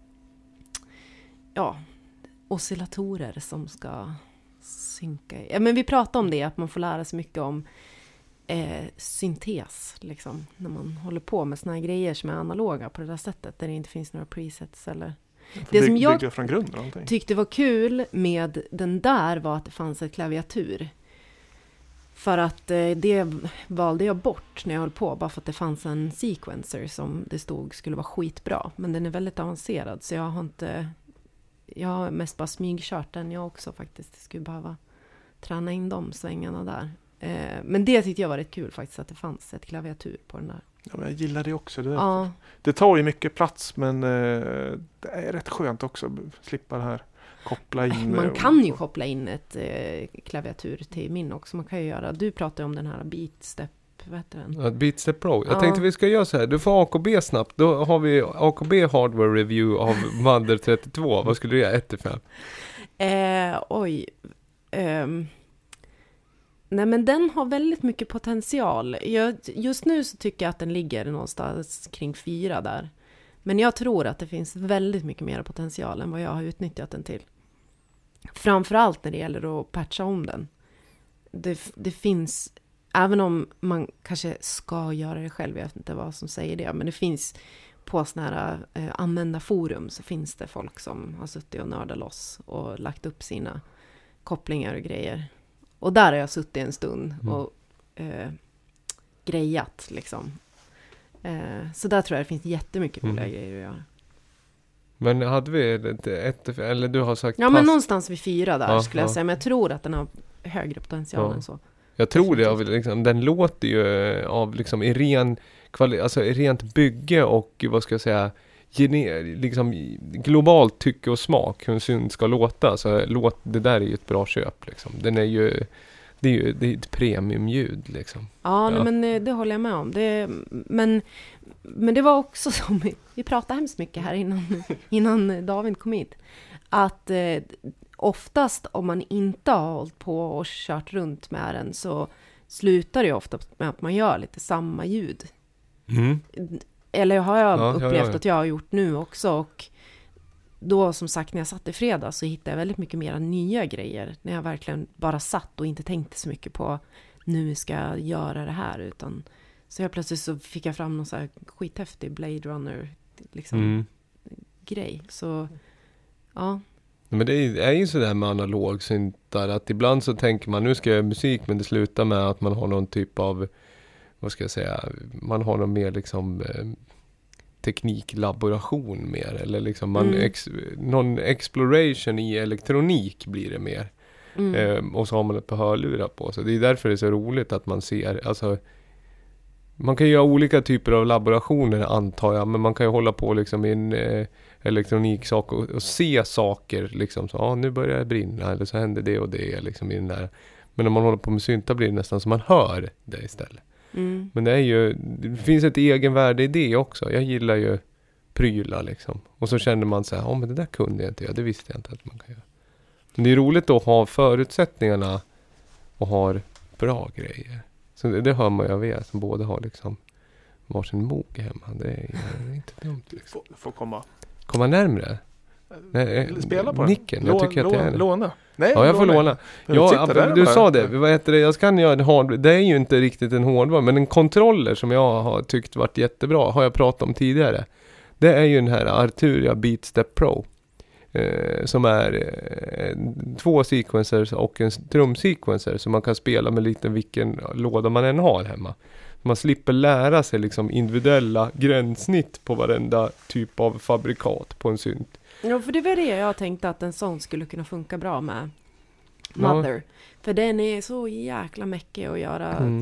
oscillatorer som ska synka. Ja, men vi pratade om det, att man får lära sig mycket om syntes liksom, när man håller på med såna här grejer som är analoga på det där sättet, där det inte finns några presets eller... Det som jag från grund, tyckte var kul med den där var att det fanns ett klaviatur. För att det valde jag bort när jag höll på. Bara för att det fanns en sequencer som det stod skulle vara skitbra. Men den är väldigt avancerad. Så jag har mest bara smygkört den jag också faktiskt. Jag skulle behöva träna in de svängarna där. Men det tyckte jag var rätt kul faktiskt. Att det fanns ett klaviatur på den där. Ja, men jag gillar det också. Ja. Det tar ju mycket plats, men det är rätt skönt också att slippa det här. Koppla in. Man kan ju koppla in ett klaviatur till min också. Man kan ju göra. Du pratar om den här Beatstep, vad heter den? Ja, Beatstep Pro. Jag tänkte vi ska göra så här. Du får AKB snabbt. Då har vi AKB Hardware Review av Mother 32. Vad skulle du göra? 1-5? Nej, men den har väldigt mycket potential. Just nu så tycker jag att den ligger någonstans kring 4 där. Men jag tror att det finns väldigt mycket mer potential än vad jag har utnyttjat den till. Framförallt när det gäller att patcha om den. Det finns, även om man kanske ska göra det själv, jag vet inte vad som säger det, men det finns på såna här användarforum så finns det folk som har suttit och nördat loss och lagt upp sina kopplingar och grejer. Och där har jag suttit en stund och grejat liksom. Så där tror jag det finns jättemycket roliga grejer att göra. Men hade vi eller du har sagt ja, men någonstans vid 4 där skulle jag säga. Men jag tror att den har högre potential än så. Jag tror det av liksom, den låter ju av liksom i rent bygge och vad ska jag säga liksom globalt tycke och smak hur en synt ska låta, så det där är ju ett bra köp liksom. Den är ju det är ett premiumljud liksom. Ja. Nej, men det håller jag med om. Men det var också som vi pratade hemskt mycket här innan David kom hit, att oftast om man inte har hållit på och kört runt med den så slutar det ofta med att man gör lite samma ljud. Eller har jag upplevt att jag har gjort nu också, och då som sagt när jag satt i fredag så hittade jag väldigt mycket mer nya grejer när jag verkligen bara satt och inte tänkte så mycket på nu ska jag göra det här, utan så jag plötsligt så fick jag fram någon så här skithäftig Blade Runner liksom grej, så ja. Men det är ju sådär med analogsyntar att ibland så tänker man nu ska jag göra musik, men det slutar med att man har någon typ av, vad ska jag säga, man har någon mer liksom tekniklaboration mer, eller liksom någon exploration i elektronik blir det mer. Och så har man ett par hörlurar på, så det är därför det är så roligt att man ser, alltså man kan göra olika typer av laborationer antar jag, men man kan ju hålla på liksom i en elektroniksak och se saker liksom, så nu börjar det brinna eller så händer det och det liksom i den där. Men när man håller på med syntar blir det nästan som man hör det istället. Men det finns ett egenvärde i det också. Jag gillar ju prylar liksom. Och så känner man så här, men det där kunde jag inte göra, det visste jag inte att man kan göra. Men det är roligt att ha förutsättningarna och ha bra grejer. Så det hör man ju av er som båda har liksom varsin mog hemma. Det är inte dumt liksom. Får komma närmare. Nej, spela på nicken. Den. Jag tycker att det är låna. Nej, ja, jag får låna. Ja, du sa det. Vad heter det? Jag ska göra en hardware. Det är ju inte riktigt en hårdvara, men en kontroller som jag har tyckt varit jättebra har jag pratat om tidigare. Det är ju den här Arturia Beatstep Pro. Som är 2 sequencers och en trumsequencer, så man kan spela med lite vilken låda man än har hemma. Man slipper lära sig liksom individuella gränssnitt på varenda typ av fabrikat på en synt. Ja, för det var det jag tänkte att en sån skulle kunna funka bra med Mother. Ja. För den är så jäkla mäckig att göra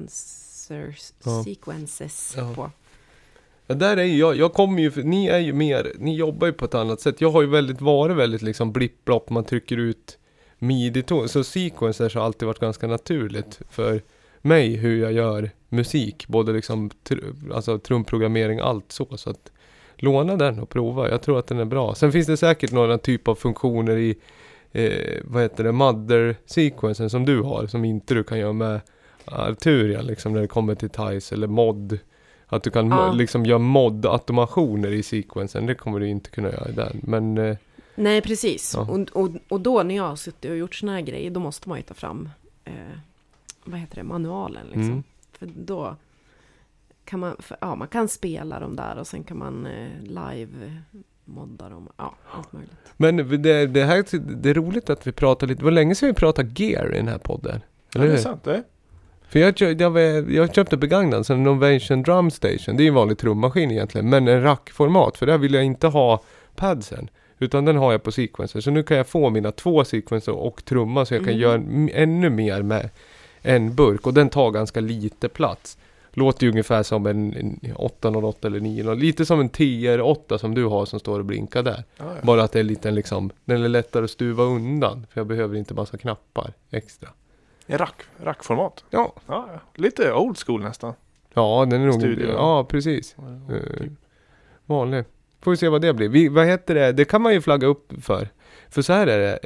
sequences på. Ja, där är jag kommer ju, ni är ju mer, ni jobbar ju på ett annat sätt. Jag har ju varit väldigt liksom blipp-blopp, man trycker ut midi-ton. Så sequencers har alltid varit ganska naturligt för mig hur jag gör musik. Både liksom alltså trumprogrammering, allt så att låna den och prova. Jag tror att den är bra. Sen finns det säkert några typ av funktioner i Mother-sequensen som du har, som inte du kan göra med Arturia liksom, när det kommer till Thais eller mod. Att du kan liksom göra mod-automationer i sequensen. Det kommer du inte kunna göra i den. Men, nej, precis. Ja. Och då när jag har suttit och gjort såna här grejer, då måste man ju ta fram manualen liksom. För då kan man kan spela dem där och sen kan man live-modda dem. Ja, allt möjligt. Men det är roligt att vi pratar lite. Vad länge sedan vi pratade gear i den här podden? Eller det är sant, det. För jag köpte begagnad en Novation Drum Station. Det är en vanlig trummaskin egentligen. Men en rackformat. För där vill jag inte ha padsen. Utan den har jag på sequencer. Så nu kan jag få mina 2 sequencer och trumma. Så jag kan göra ännu mer med en burk. Och den tar ganska lite plats. Låter ju ungefär som en 808 eller 9. Lite som en TR8 som du har som står och blinkar där. Ja. Bara att det är lite liksom, den är lättare att stuva undan. För jag behöver inte massa knappar extra. En rackformat. Ja. Ja, lite old school nästan. Ja, den är nog... Studio. Ja, precis. Typ. Vanlig. Får vi se vad det blir. Vad heter det? Det kan man ju flagga upp för. För så här är det.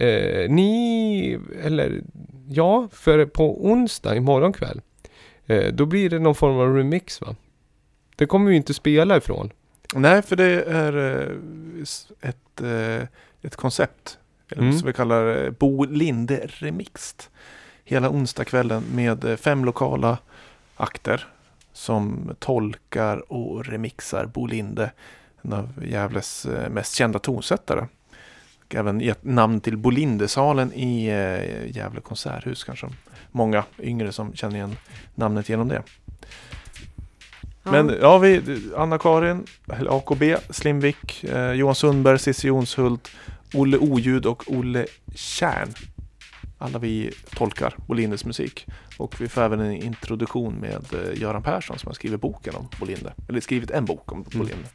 För på onsdag imorgon kväll. Då blir det någon form av remix, va? Det kommer vi inte spela ifrån. Nej, för det är ett koncept. Eller som vi kallar Bo Linde Remixed. Hela onsdagskvällen med 5 lokala akter som tolkar och remixar Bo Linde, en av Gävles mest kända tonsättare. Och även gett namn till Bo Linde-salen i Gävle konserthus, kanske många yngre som känner igen namnet genom det. Ja. Men Anna-Karin, AKB, Slimvik, Johan Sundberg, Cissi Jonshult, Olle Oljud och Olle Kärn. Alla vi tolkar Bo Lindes musik. Och vi får även en introduktion med Göran Persson som har skrivit boken om Bo Linde. Eller skrivit en bok om Bo Linde.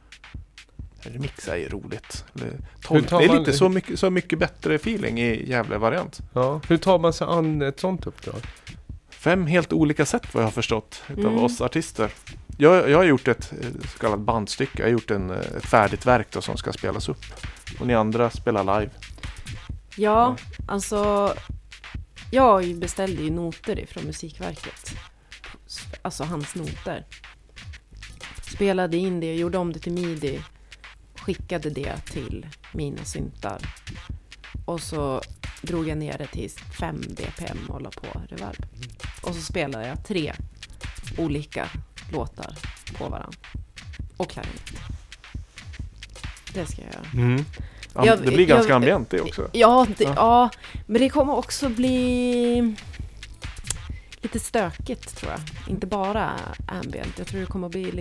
Remix är ju roligt. Det är lite så mycket bättre feeling i jävla variant. Ja. Hur tar man sig an ett sånt uppdrag? 5 helt olika sätt vad jag har förstått av oss artister. Jag har gjort ett så kallat bandstycke. Jag har gjort ett färdigt verk då, som ska spelas upp. Och ni andra spelar live. Ja, alltså jag beställde ju noter ifrån Musikverket. Alltså hans noter. Spelade in det och gjorde om det till midi. Skickade det till mina syntar. Och så drog jag ner det till 5 bpm och la på reverb. Och så spelade jag 3 olika låtar på varann. Och klarinett. Det ska jag göra. Det blir ganska ambient det också. Ja, men det kommer också bli lite stökigt, tror jag. Inte bara ambient. Jag tror det kommer bli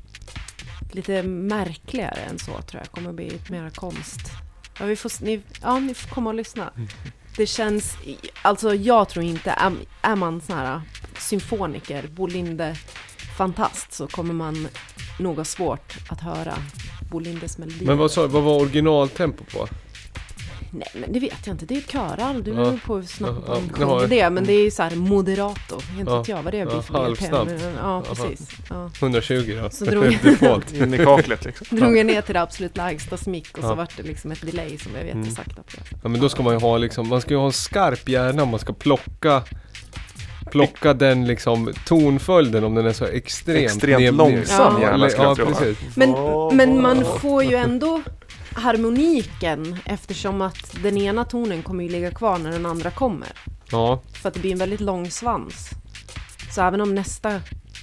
lite märkligare än så, tror jag. Det kommer bli mer konst. Ja, ni får komma och lyssna. Det känns, alltså jag tror inte, är man sån här symfoniker, Bo Linde fantast, så kommer man nog ha svårt att höra Bo Lindes melodi. Men vad var originaltempo på? Nej, men det vet jag inte. Det är ett köral. Du är på snabbt det. Men det är ju så här moderato. Inte vet jag vad det blir för halvsnabb. Ja, precis. Ja. 120 då. Så drog jag in i kaklet liksom. Drog jag ner till det absolut lägsta smick och så vart det liksom ett delay som jag vet exakt att det. Ja, men då ska man ju ha liksom, man ska ju ha en skarp hjärna om man ska plocka den liksom tonföljden om den är så extremt långsam hjärna, skulle jag tro. Precis. Men man får ju ändå harmoniken, eftersom att den ena tonen kommer ju ligga kvar när den andra kommer. Ja. För att det blir en väldigt lång svans. Så även om nästa...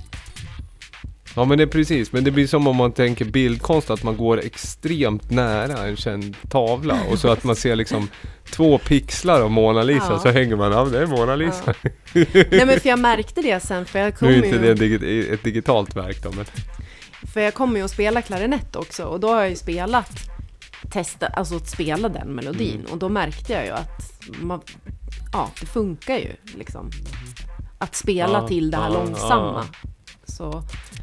Ja, men det är precis. Men det blir som om man tänker bildkonst, att man går extremt nära en känd tavla. Och så att man ser liksom 2 pixlar av Mona Lisa, så hänger man av, det är Mona Lisa. Ja. Nej, men för jag märkte det sen. För jag kom nu är inte det ett digitalt verk då, men... För jag kommer ju att spela klarinett också. Och då har jag ju att spela den melodin. Och då märkte jag ju att det funkar ju liksom. Att spela till det här långsamma. Så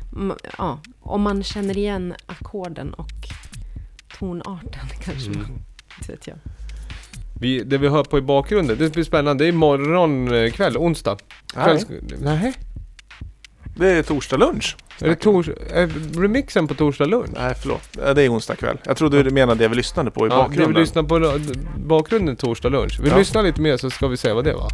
om man känner igen ackorden och tonarten kanske vet jag. Det vi hör på i bakgrunden, det blir spännande. Det är imorgon kväll, onsdag. Nej. Det är torsdag lunch. Är remixen på torsdag lunch? Nej, förlåt. Det är onsdag kväll. Jag trodde du menade det vi lyssnade på i bakgrunden. Det vi lyssnar på bakgrunden torsdag lunch. Vi lyssnar lite mer så ska vi se vad det var.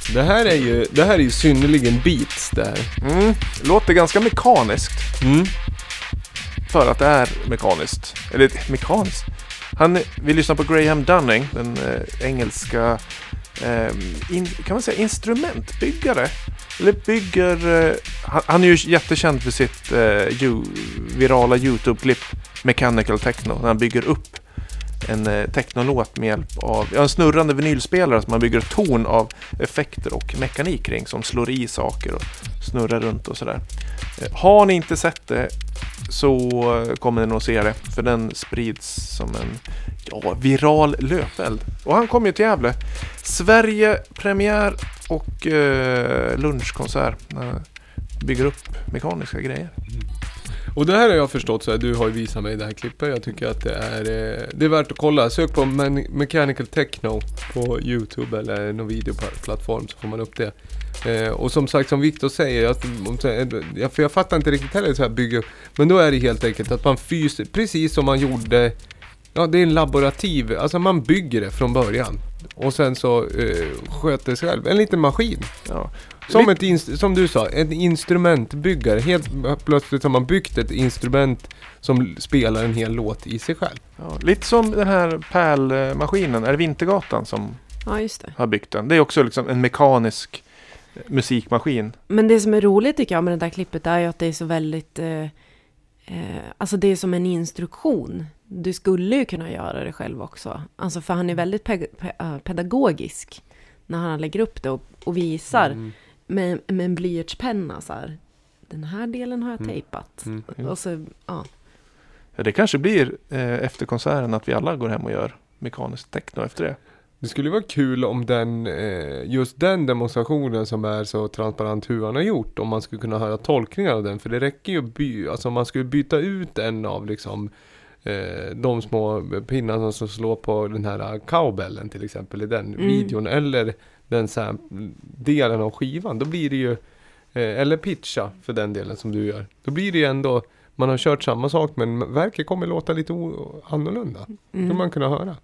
Det här är ju synnerligen beats där. Låter ganska mekaniskt. För att det är mekaniskt. Eller mekaniskt. Vi lyssnar på Graham Dunning, den engelska kan man säga instrumentbyggare. Eller bygger... han är ju jättekänd för sitt virala YouTube-klipp Mechanical Techno. När han bygger upp en technolåt med hjälp av en snurrande vinylspelare som man bygger ett torn av effekter och mekanik kring som slår i saker och snurrar runt och sådär. Har ni inte sett det så kommer ni nog se det, för den sprids som en viral löpeld. Och han kommer ju till Gävle. Sverige premiär och lunchkonsert. Bygger upp mekaniska grejer. Och det här har jag förstått, så här, du har ju visat mig det här klippet. Jag tycker att det är värt att kolla. Sök på Mechanical Techno på YouTube eller någon videoplattform så får man upp det. Och som sagt, som Victor säger, för jag fattar inte riktigt heller så här bygga, men då är det helt enkelt att man precis som man gjorde, det är en laborativ, alltså man bygger det från början och sen så sköter det sig själv, en liten maskin. Ja. Som du sa, en instrumentbyggare. Helt plötsligt har man byggt ett instrument som spelar en hel låt i sig själv. Ja, lite som den här pärlmaskinen, är det Vintergatan som just det. har byggt den. Det är också liksom en mekanisk musikmaskin. Men det som är roligt tycker jag med det där klippet är ju att det är så väldigt alltså det är som en instruktion. Du skulle ju kunna göra det själv också. Alltså för han är väldigt pedagogisk när han lägger upp det och visar med en blyertspenna så här. Den här delen har jag tejpat. Och så, Ja, det kanske blir efter konserten att vi alla går hem och gör mekanisk techno efter det. Det skulle vara kul om just den demonstrationen som är så transparent hur han har gjort, om man skulle kunna höra tolkningar av den, för det räcker ju alltså man skulle byta ut en av liksom de små pinnarna som slår på den här cowbellen till exempel i den videon, eller den så här delen av skivan, då blir det ju eller pitcha för den delen som du gör, då blir det ju ändå, man har kört samma sak men verket kommer låta lite annorlunda, skulle man kunna höra.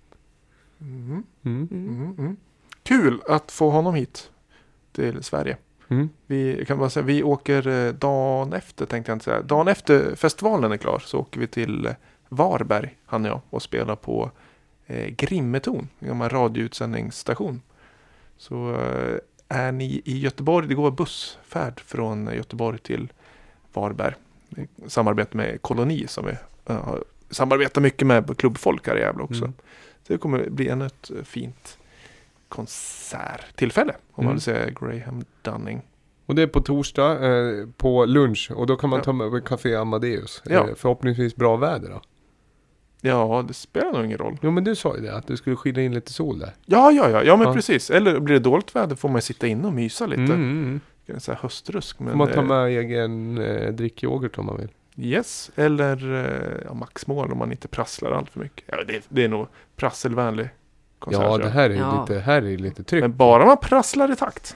Kul att få honom hit till Sverige. Vi kan bara säga, vi åker dagen efter, tänkte jag inte säga. Dagen efter festivalen är klar så åker vi till Varberg, han och jag, och spelar på Grimmeton, en gammal radioutsändningsstation. Så är ni i Göteborg, det går bussfärd från Göteborg till Varberg. Samarbete med Koloni som vi samarbetar mycket med klubbfolk här i Gävle också. Så det kommer bli ett fint konserttillfälle, om man vill säga Graham Dunning. Och det är på torsdag på lunch, och då kan man ta med Café Amadeus. Förhoppningsvis bra väder då. Ja, det spelar nog ingen roll. Jo, men du sa ju det, att du skulle skina in lite sol där. Ja, men precis. Eller blir det dåligt väder får man sitta inne och mysa lite. Det är så här höstrusk. Men får man ta med egen drickyoghurt om man vill. Yes, eller maxmål om man inte prasslar allt för mycket. Ja, det är nog prasselvänlig konsert. Ja, det här är lite tryck. Men bara man prasslar i takt.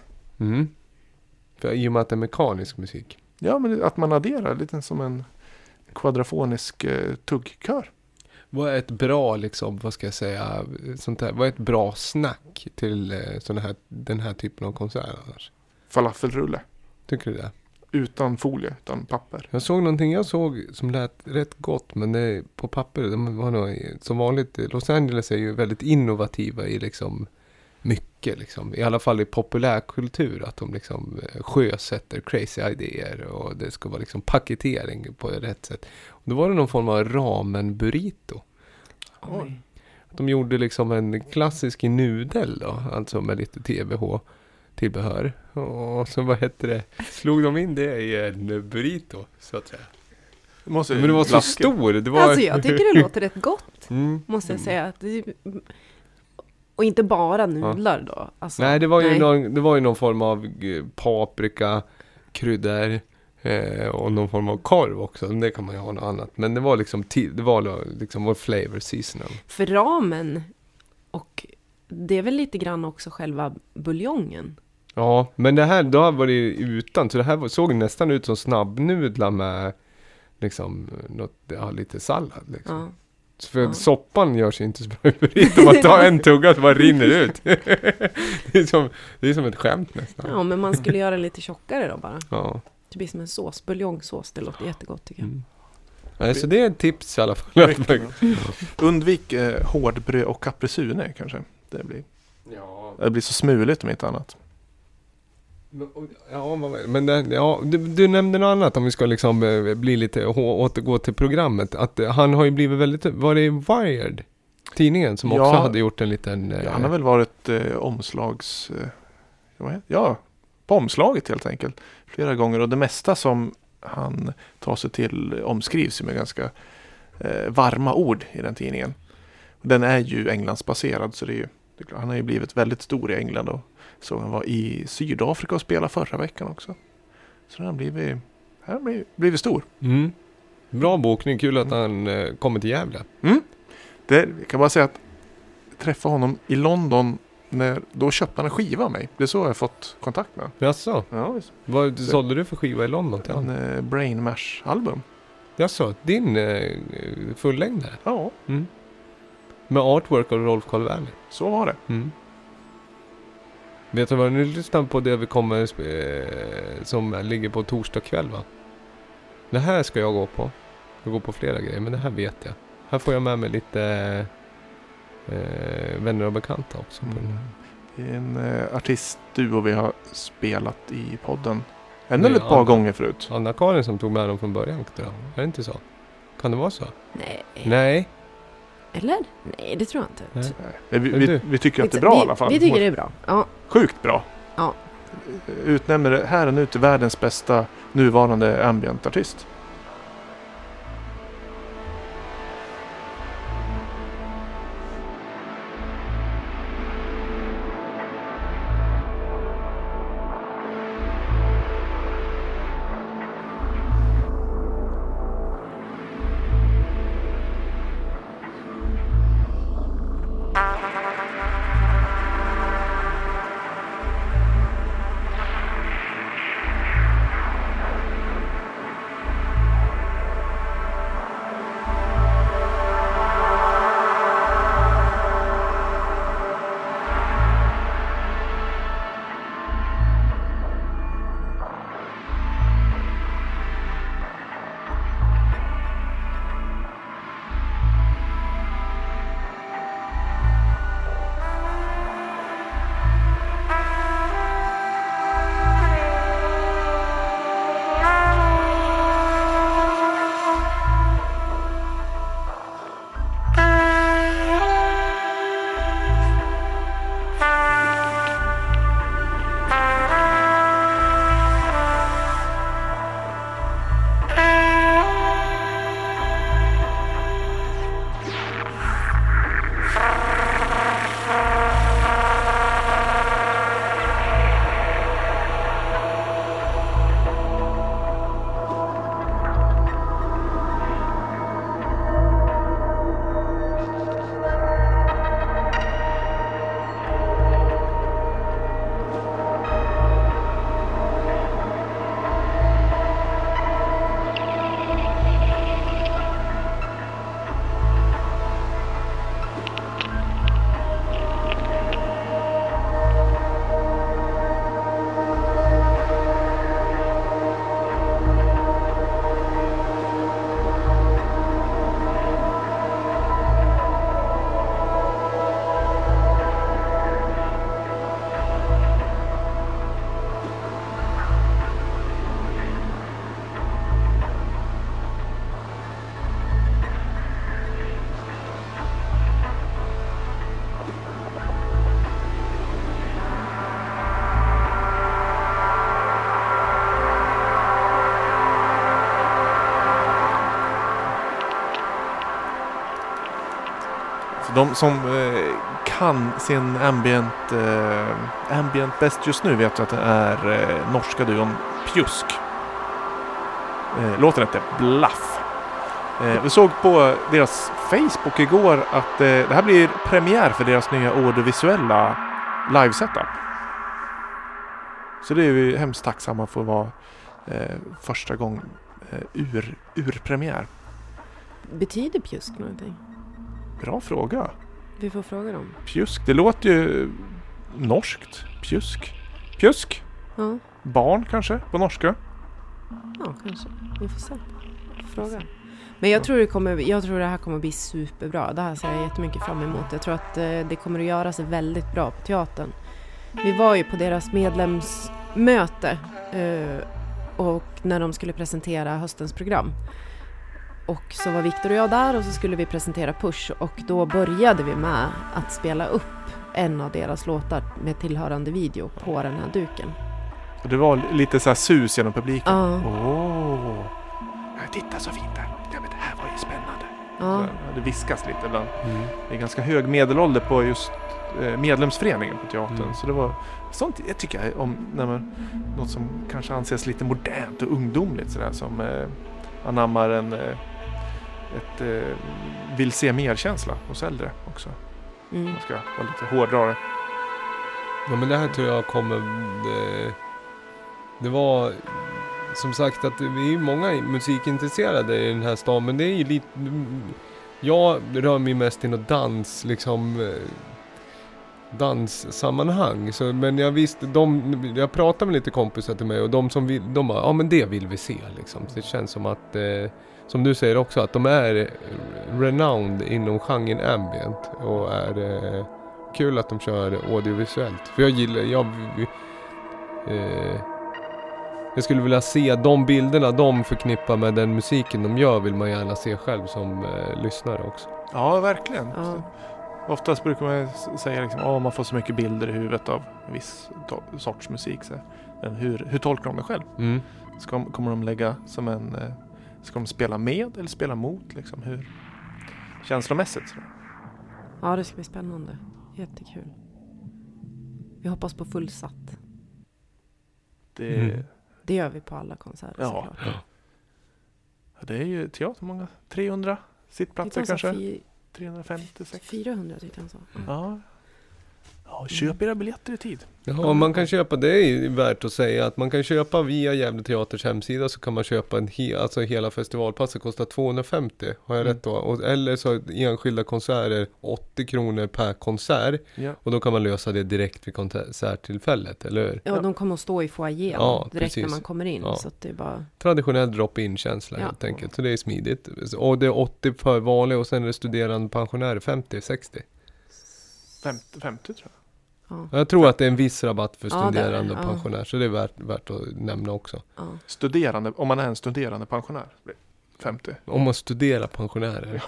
För i och med att det är mekanisk musik. Ja, men att man adderar lite som en kvadrafonisk tuggkör. Vad är ett bra, liksom, vad ska jag säga, sånt här, vad är ett bra snack till den här typen av konsert annars? Falafelrulle. Tycker du det? Utan folie, utan papper. Jag såg som lät rätt gott, men det på papper, det var nog som vanligt. Los Angeles är ju väldigt innovativa i liksom mycket, liksom, i alla fall i populärkultur, att de liksom sjösätter crazy idéer och det ska vara liksom paketering på rätt sätt. Och då var det någon form av ramen burrito. Oj. De gjorde liksom en klassisk nudel då, alltså med lite TBH tillbehör. Och så slog de in det i en burrito, så att säga. Men det var så stor. Alltså jag tycker det låter rätt gott, måste jag säga. Och inte bara nudlar då. Alltså, nej, det var ju någon form av paprika, kryddor och någon form av korv också. Det kan man ju ha något annat. Men det var liksom vår flavor seasonal. För ramen, och det är väl lite grann också själva buljongen. Ja, men det här då var det utan. Så det här såg nästan ut som snabbnudlar med liksom lite sallad liksom. Ja. För soppan gör sig inte spröjburrito. Om man tar en tugga så bara rinner ut. det är som ett skämt nästan. Ja, men man skulle göra det lite tjockare då bara. Ja. Det blir som en sås, buljongsås. Det låter jättegott tycker jag. Nej, så det är ett tips i alla fall. Undvik hårdbröd och kaprisuner kanske. Det blir så smuligt om inte annat. Ja, men du nämnde något annat om vi ska liksom bli lite återgå till programmet. Att han har ju blivit väldigt... Var det Wired? Tidningen som också hade gjort en liten... Ja, han har väl varit omslags... på omslaget helt enkelt. Flera gånger. Och det mesta som han tar sig till omskrivs med ganska varma ord i den tidningen. Den är ju Englandsbaserad så det är klart, han har ju blivit väldigt stor i England och så han var i Sydafrika och spelade förra veckan också. Så den har blivit stor. Bra bokning, kul att han kommer till Gävle. Jag kan bara säga att jag träffade honom i London då köpte han en skiva av mig. Det är så jag har fått kontakt med. Jaså? Ja, vad sålde du för skiva i London till honom? En Brain Mash-album. Jaså, din fullängd där? Ja. Med artwork av Rolf Karlvärn. Så var det. Vet du vad, nu lyssnar på det vi kommer som ligger på torsdag kväll, va? Det här ska jag gå på. Jag går på flera grejer, men det här vet jag. Här får jag med mig lite vänner och bekanta också. Det är en artistduo vi har spelat i podden. Ännu ett par gånger förut. Anna-Karin som tog med dem från början, tror jag. Är det inte så? Kan det vara så? Nej. Eller? Nej, det tror jag inte. Vi tycker att det är bra i alla fall. Vi tycker det är bra. Ja. Sjukt bra. Ja. Utnämner det här och nu till världens bästa nuvarande ambient-artist. De som kan sin ambient bäst just nu vet att det är norska duon Pjusk. Låten heter Bluff. Vi såg på deras Facebook igår att det här blir premiär för deras nya audiovisuella live-setup. Så det är vi hemskt tacksamma för att vara första gång urpremiär. Betyder Pjusk någonting? Bra fråga. Vi får fråga dem. Pjusk, det låter ju norskt. Pjusk. Ja, Barn kanske på norska. ja kanske. Vi får se. Fråga. Men jag tror det här kommer bli superbra. Det här ser jag jättemycket fram emot. Jag tror att det kommer att göra sig väldigt bra på teatern. Vi var ju på deras medlemsmöte och när de skulle presentera höstens program. Och så var Viktor och jag där och så skulle vi presentera Push och då började vi med att spela upp en av deras låtar med tillhörande video på den här duken. Och det var lite så här sus genom publiken. Ja. Titta så fint där. Ja, men det här var ju spännande. Ja. Det viskas lite ibland. Det är ganska hög medelålder på just medlemsföreningen på teatern. Så det var sånt jag tycker om något som kanske anses lite modernt och ungdomligt sådär, som anammar ett vill se mer-känsla hos äldre också. Man ska vara lite hårdrare. Ja, men det här tror jag kommer... Det var som sagt att vi är många musikintresserade i den här stan, men det är ju lite... Jag rör mig mest i något dans, liksom... danssammanhang. Så, men jag visste, jag pratade med lite kompisar till mig och de som vill, de bara, ja men det vill vi se liksom. Så det känns som att, som du säger också, att de är renowned inom genren ambient och är kul att de kör audiovisuellt. För jag gillar, jag skulle vilja se de bilderna de förknippar med den musiken de gör, vill man gärna se själv som lyssnare också. Ja, verkligen. Ja. Oftast brukar man säga liksom, man får så mycket bilder i huvudet av en viss sorts musik. Så. Men hur tolkar de det själv? Kommer de lägga som en... Ska de spela med eller spela mot? Liksom, hur känslomässigt? Så. Ja, det ska bli spännande. Jättekul. Vi hoppas på fullsatt. Det gör vi på alla konserter. Ja. Det är ju teater, många 300 sittplatser kanske. 350, 400 tyckte han så. Ja. Köp era biljetter i tid. Ja, man kan köpa, det är värt att säga att man kan köpa via Gävle Teaters hemsida, så kan man köpa alltså hela festivalpasset kostar 250, har jag rätt då? Eller så enskilda konserter 80 kronor per konsert, och då kan man lösa det direkt vid konserttillfället, eller hur? Ja, de kommer att stå i foajén direkt när man kommer in, så att det är bara... Traditionell drop-in-känsla helt enkelt, så det är smidigt. Och det är 80 för vanlig och sen är det studerande pensionärer 50-60. 50 tror jag. Ja. Jag tror att det är en viss rabatt för studerande och pensionär, så det är värt att nämna också. Ja. Studerande, om man är en studerande pensionär, 50. Om man studerar pensionärer.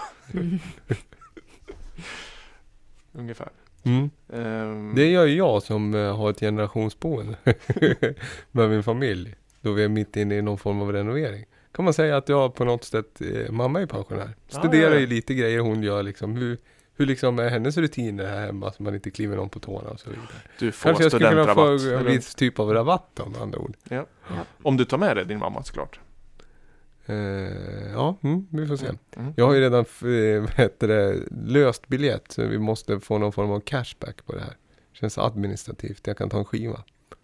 Ungefär. Det gör ju jag som har ett generationsboende med min familj, då vi är mitt inne i någon form av renovering. Kan man säga att jag på något sätt, mamma är pensionär. Studerar ju lite grejer hon gör, liksom hur liksom är hennes rutiner här hemma, så man inte kliver någon på tårna och så vidare. Du får kanske jag skulle kunna få studentrabatt. en viss typ av rabatt om andra ord. Ja. Om du tar med dig din mamma såklart. Vi får se. Jag har ju redan löst biljett, så vi måste få någon form av cashback på det här. Känns administrativt, jag kan ta en skiva.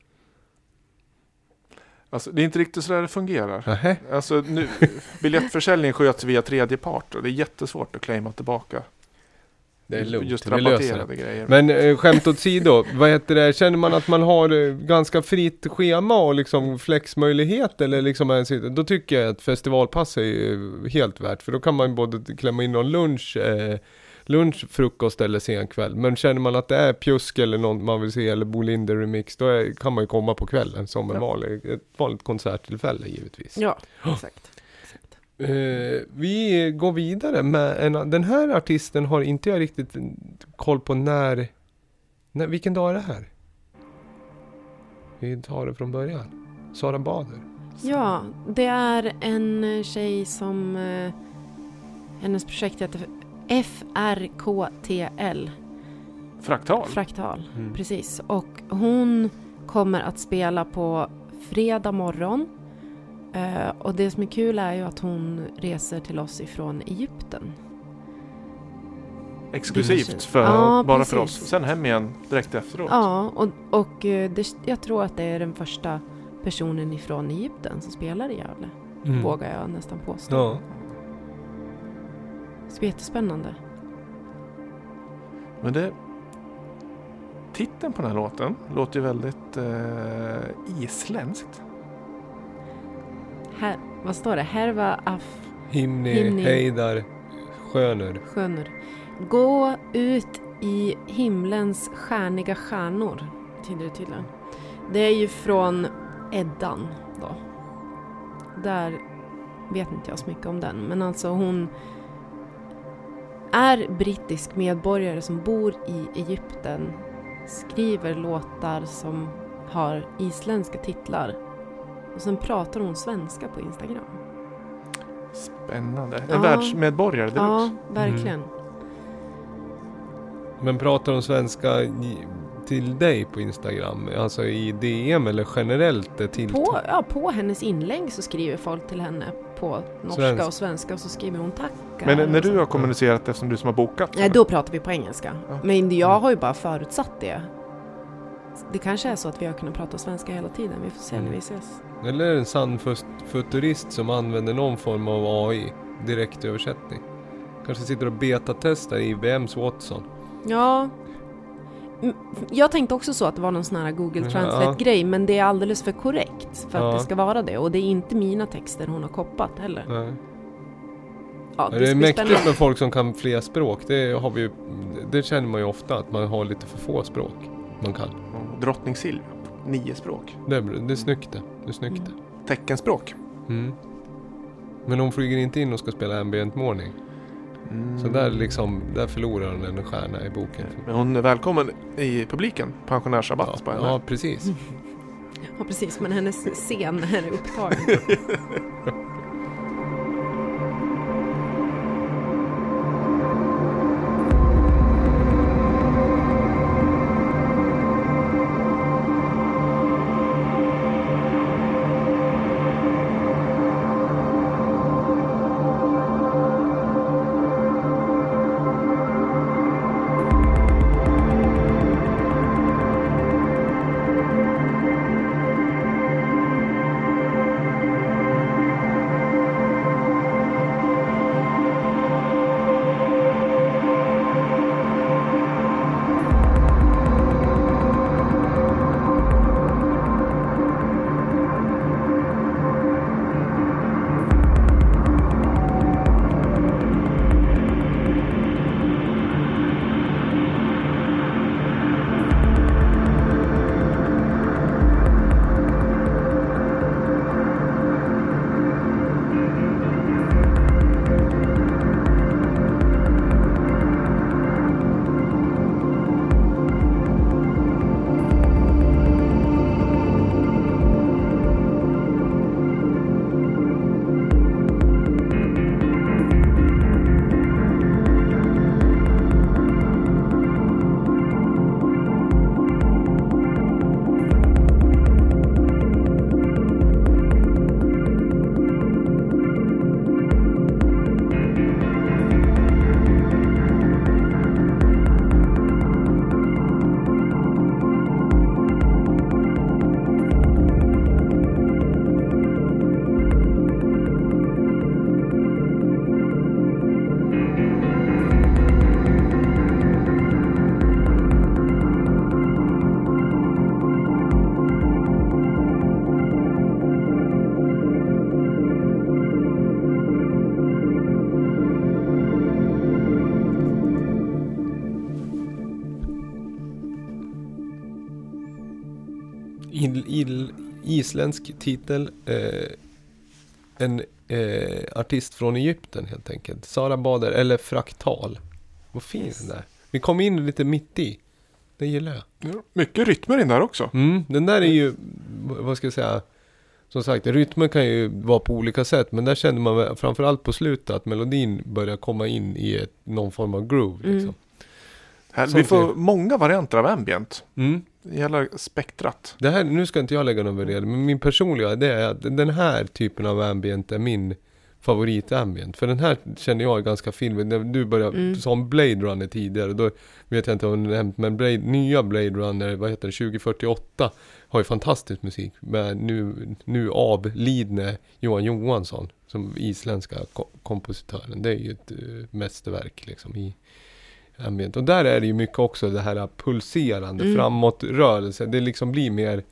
Alltså, det är inte riktigt så där det fungerar. Nähä. Alltså, biljettförsäljning sköts via tredje part och det är jättesvårt att claima tillbaka. Det är lugnt, just vi löser rabatterade grejer. Men skämt åt sido, känner man att man har ganska fritt schema och liksom flexmöjlighet, eller liksom, då tycker jag att festivalpass är helt värt, för då kan man både klämma in någon lunch, frukost eller sen kväll. Men känner man att det är pjusk eller något man vill se, eller Bolinder remix, då kan man ju komma på kvällen som ett vanligt konserttillfälle givetvis. Ja, exakt. Vi går vidare med den här artisten har inte jag riktigt koll på när vilken dag är det här? Vi tar det från början. Sara Bader. Ja, det är en tjej som hennes projekt heter FRKTL. Fraktal, precis. Och hon kommer att spela på fredag morgon. Och det som är kul är ju att hon reser till oss ifrån Egypten. Exklusivt bara precis. För oss. Sen hem igen direkt efteråt. Ja, och jag tror att det är den första personen ifrån Egypten som spelar i Gävle. Vågar jag nästan påstå. Ja. Det är jättespännande. Men titeln på den här låten låter ju väldigt isländskt. Här, vad står det? Här var Himni, hejdar, skönur. Gå ut i himlens stjärniga stjärnor. Tydligen. Det är ju från Eddan då. Där vet inte jag så mycket om den. Men alltså hon är brittisk medborgare som bor i Egypten. Skriver låtar som har isländska titlar. Och sen pratar hon svenska på Instagram. Spännande. En världsmedborgare, det ja, verkligen. Men pratar hon svenska till dig på Instagram? Alltså i DM eller generellt? På hennes inlägg så skriver folk till henne på norska och svenska och så skriver hon tackar. Men när du har kommunicerat eftersom du som har bokat? Nej, då pratar vi på engelska. Ja. Men jag har ju bara förutsatt det. Det kanske är så att vi har kunnat prata svenska hela tiden. Vi får se när vi ses. Eller en sann futurist som använder någon form av AI, direktöversättning. Kanske sitter och betatestar i IBMs Watson. Ja. Jag tänkte också så att det var någon sån här Google Translate-grej. Men det är alldeles för korrekt för att det ska vara det. Och det är inte mina texter hon har koppat heller. Nej. Ja, det är mäktigt med folk som kan fler språk. Det känner man ju ofta att man har lite för få språk man kan. Drottning Silvia, 9 språk. Det är snyggt det. Teckenspråk. Men hon flyger inte in och ska spela ambient morning. Så där förlorar hon en stjärna i boken. Men hon är välkommen i publiken. Pensionärsrabatt på henne. Ja, precis. Ja, precis. Men hennes scen är upptagen. Isländsk titel, en artist från Egypten helt enkelt. Sara Bader, eller Fraktal. Vad fin den där. Vi kom in lite mitt i. Det gillar jag. Ja, mycket rytmer in där också. Den där är ju, vad ska jag säga, som sagt, rytmen kan ju vara på olika sätt, men där kände man framförallt på slutet att melodin börjar komma in i någon form av groove liksom. Vi får många varianter av ambient. Hela spektrat. Det här, nu ska inte jag lägga någon värdering, men min personliga det är att den här typen av ambient är min favoritambient. För den här känner jag är ganska fin. Du började som Blade Runner tidigare, då vet jag inte om du nämnt, men nya Blade Runner, vad heter det, 2048 har ju fantastisk musik med nu avlidne Johan Johansson som isländska kompositören. Det är ju ett mästerverk liksom ambient. Och där är det ju mycket också det här pulserande framåtrörelse. Det liksom blir mer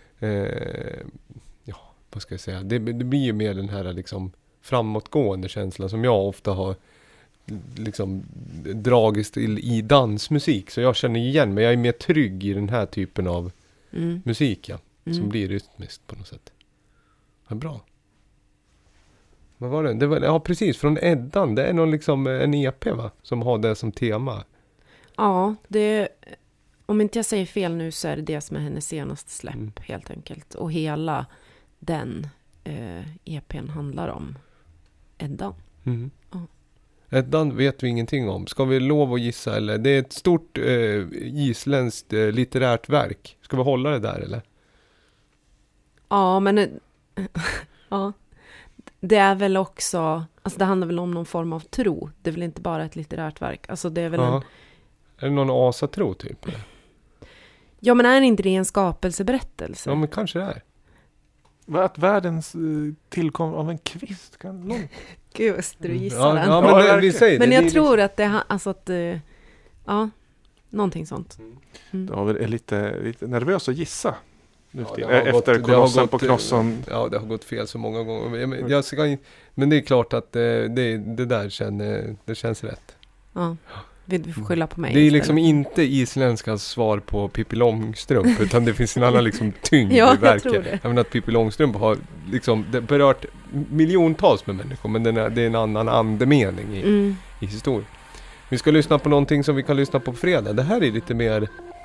vad ska jag säga? Det blir ju mer den här liksom framåtgående känslan som jag ofta har liksom dragits till i dansmusik. Så jag känner igen mig. Jag är mer trygg i den här typen av musik, som blir rytmiskt på något sätt. Ja, bra. Vad var det? Ja, precis. Från Eddan. Det är någon liksom en EP, va? Som har det som tema. Ja, om inte jag säger fel nu så är det som är hennes senaste släpp helt enkelt. Och hela den EPn handlar om Eddan. Mm. Ja. Eddan vet vi ingenting om. Ska vi lov att gissa? Eller? Det är ett stort isländskt litterärt verk. Ska vi hålla det där, eller? Ja, men ja. Det är väl också, alltså det handlar väl om någon form av tro. Det är väl inte bara ett litterärt verk. Alltså det är väl Är det någon asatro typ? Eller? Ja, men är inte det en skapelseberättelse? Ja, men kanske det är. Att världens tillkom av en kvist Gud, vad du gissar den. Ja, men vi säger men det. jag Det tror att det alltså att ja, någonting sånt. Jag är lite nervös att gissa. Nu Ja, till, det har efter gått- kolossen det har på gått, Knosson. Ja, det har gått fel så många gånger. Men det är klart att det där känns rätt. Ja. Vi får skylla på mig. Det är istället. liksom inte isländskans svar på Pippi Långstrump, utan det finns en annan liksom tyngd Ja, i jag verket. tror det. Jag menar att Pippi Långstrump har liksom det berört miljontals med människor, men det är en annan andemening i historien. Vi ska lyssna på någonting som vi kan lyssna på fredag. Det här är lite mer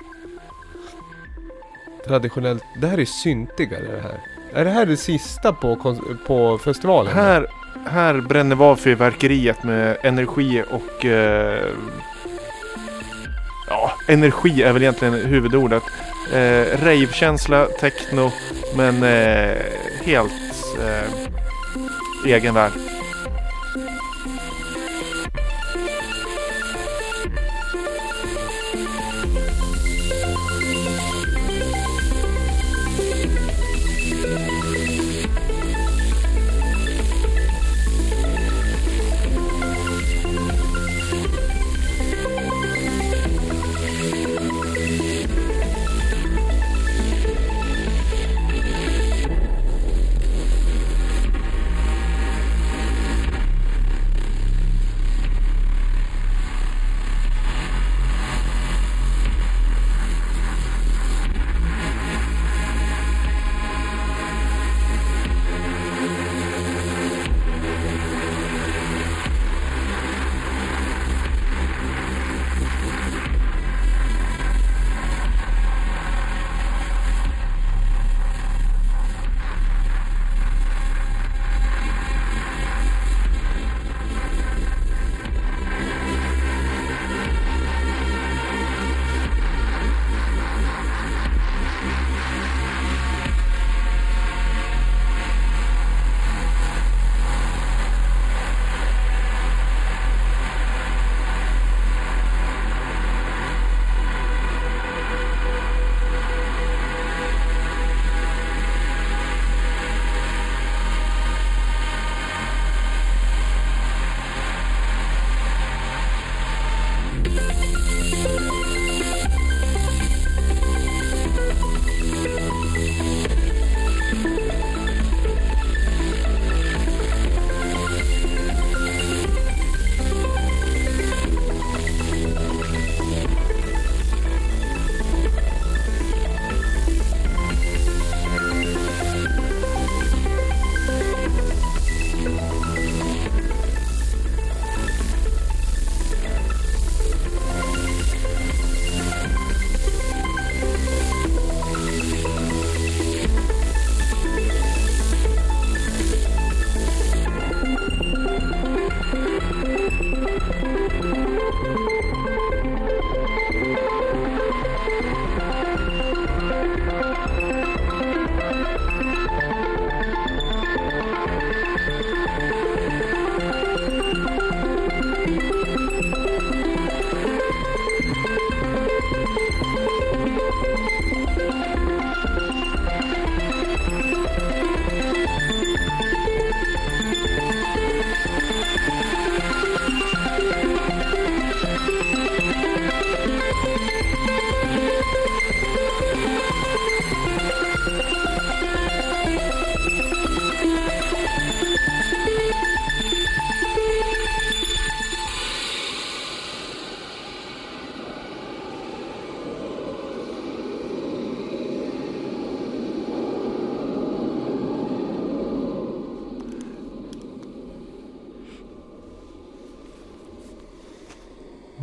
traditionellt. Det här är syntigare det här. Är det här det sista på festivalen? Här bränner vi av fyrverkeriet med energi och energi är väl egentligen huvudordet. Rave-känsla, techno, men helt egen värld.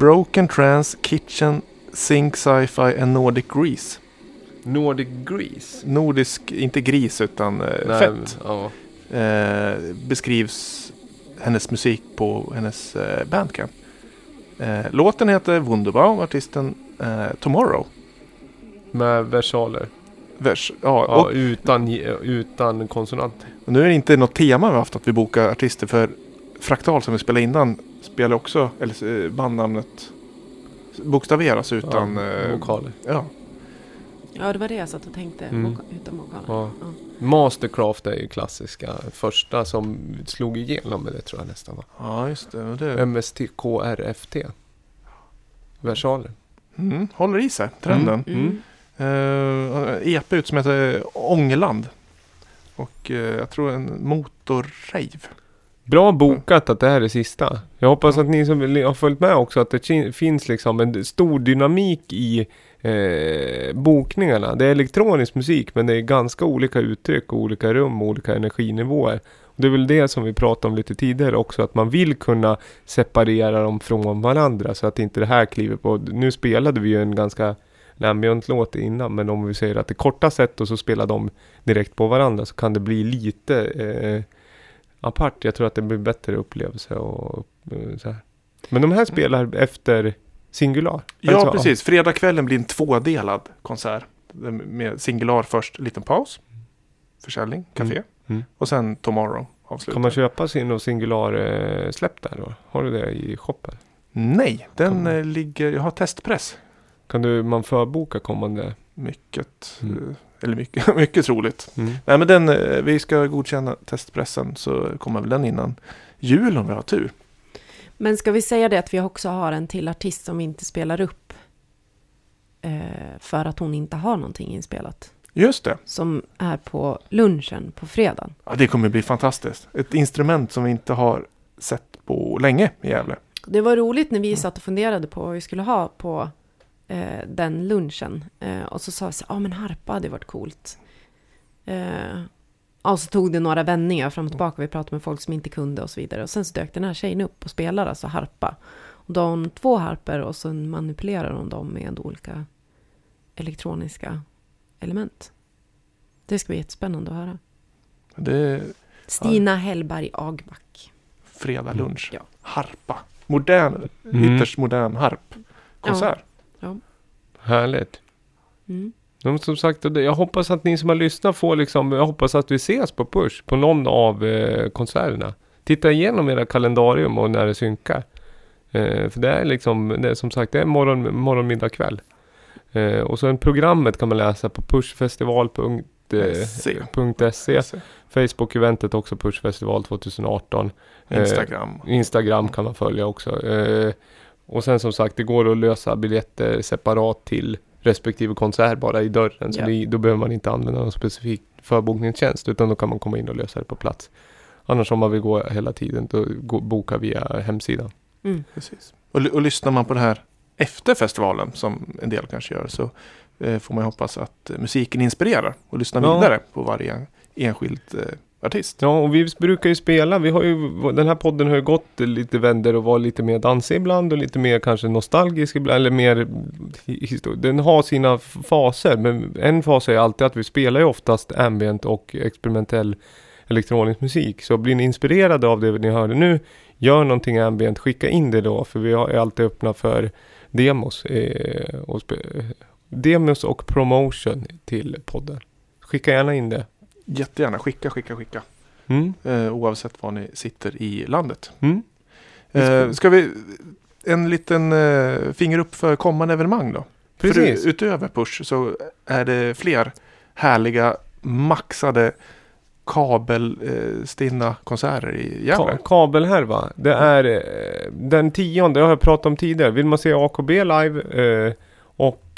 Broken Trance, Kitchen, Sync, Sci-Fi and Nordic Grease. Nordic Grease. Nordisk, inte gris utan fett. Ja. Beskrivs hennes musik på hennes Bandcamp. Låten heter Wunderbaum, artisten Tomorrow. Med versaler. Ja, Ja, utan konsonant. och nu är det inte något tema vi har haft att vi bokar artister, för Fraktal som vi spelade innan spelar också, eller bandnamnet bokstaveras utan vokaler. ja. Ja, det var det jag satt och tänkte. Utan vokaler. Ja. Ja. Mastercraft är ju klassiska. Första som slog igenom med det tror jag nästan var. Ja, just det. MSTKRFT. Versaler. Håller i sig, trenden. EP ut som heter Ångerland. Och jag tror en motorrave. Bra bokat att det här är sista. Jag hoppas att ni som har följt med också att det finns liksom en stor dynamik i bokningarna. Det är elektronisk musik men det är ganska olika uttryck, olika rum, olika energinivåer. Och det är väl det som vi pratade om lite tidigare också, att man vill kunna separera dem från varandra så att inte det här kliver på. Nu spelade vi ju en ganska ambient-låt innan, men om vi säger att det korta sätt och så spelar de direkt på varandra så kan det bli lite apart. Jag tror att det blir bättre upplevelse och så här. Men de här spelar efter Singular. Ja, alltså, precis. Fredagskvällen blir en 2-delad konsert. Med Singular först, liten paus. Försäljning, café. Och sen Tomorrow avslutar. Kan man köpa sin och Singular släpp där då? Har du det i shoppen? Nej, den ligger... Jag har testpress. Kan man förboka kommande? Mycket... Eller mycket troligt. Nej, men vi ska godkänna testpressen, så kommer väl den innan jul om vi har tur. Men ska vi säga det att vi också har en till artist som vi inte spelar upp för att hon inte har någonting inspelat? Just det. Som är på lunchen på fredagen. Ja, det kommer bli fantastiskt. Ett instrument som vi inte har sett på länge i Gävle. Det var roligt när vi satt och funderade på vad vi skulle ha på den lunchen. Och så sa vi så men harpa hade varit coolt. Och så tog det några vändningar fram och tillbaka. Vi pratade med folk som inte kunde och så vidare. Och sen så dök den här tjejen upp och spelade alltså harpa. Och då har hon 2 harper och så manipulerar hon dem med olika elektroniska element. Det ska bli jättespännande att höra. Stina Hellberg Agback. Fredag lunch. Ja. Harpa. Ytterst modern harpkonsert. Ja. Härligt. Som sagt, jag hoppas att ni som har lyssnat får jag hoppas att vi ses på Push på någon av konserterna. Titta igenom era kalendarium och när det synkar. För det är som sagt, det är morgon, middag, kväll. Och så programmet kan man läsa på pushfestival.se. Facebook-eventet också, Pushfestival 2018. Instagram kan man följa också. Och sen som sagt, det går att lösa biljetter separat till respektive konsert bara i dörren. Så då behöver man inte använda någon specifik förbokningstjänst, utan då kan man komma in och lösa det på plats. Annars om man vill gå hela tiden, då boka via hemsidan. Precis. Och lyssnar man på det här efter festivalen, som en del kanske gör, så får man hoppas att musiken inspirerar och lyssna vidare på varje enskild artist. Ja, och vi brukar ju spela, den här podden har ju gått lite vänder och var lite mer dansig ibland och lite mer kanske nostalgisk ibland, eller mer den har sina faser, men en fas är alltid att vi spelar ju oftast ambient och experimentell elektronisk musik. Så blir ni inspirerade av det ni hörde nu, gör någonting ambient, skicka in det då, för vi är alltid öppna för demos och promotion till podden. Skicka gärna in det. Jättegärna, skicka. Oavsett var ni sitter i landet. Ska vi en liten finger upp för kommande evenemang då? Precis. Utöver Push så är det fler härliga maxade kabelstinna konserter i Gävle. Kabelhärva. Det är den 10:e, det har jag pratat om tidigare. Vill man se AKB live och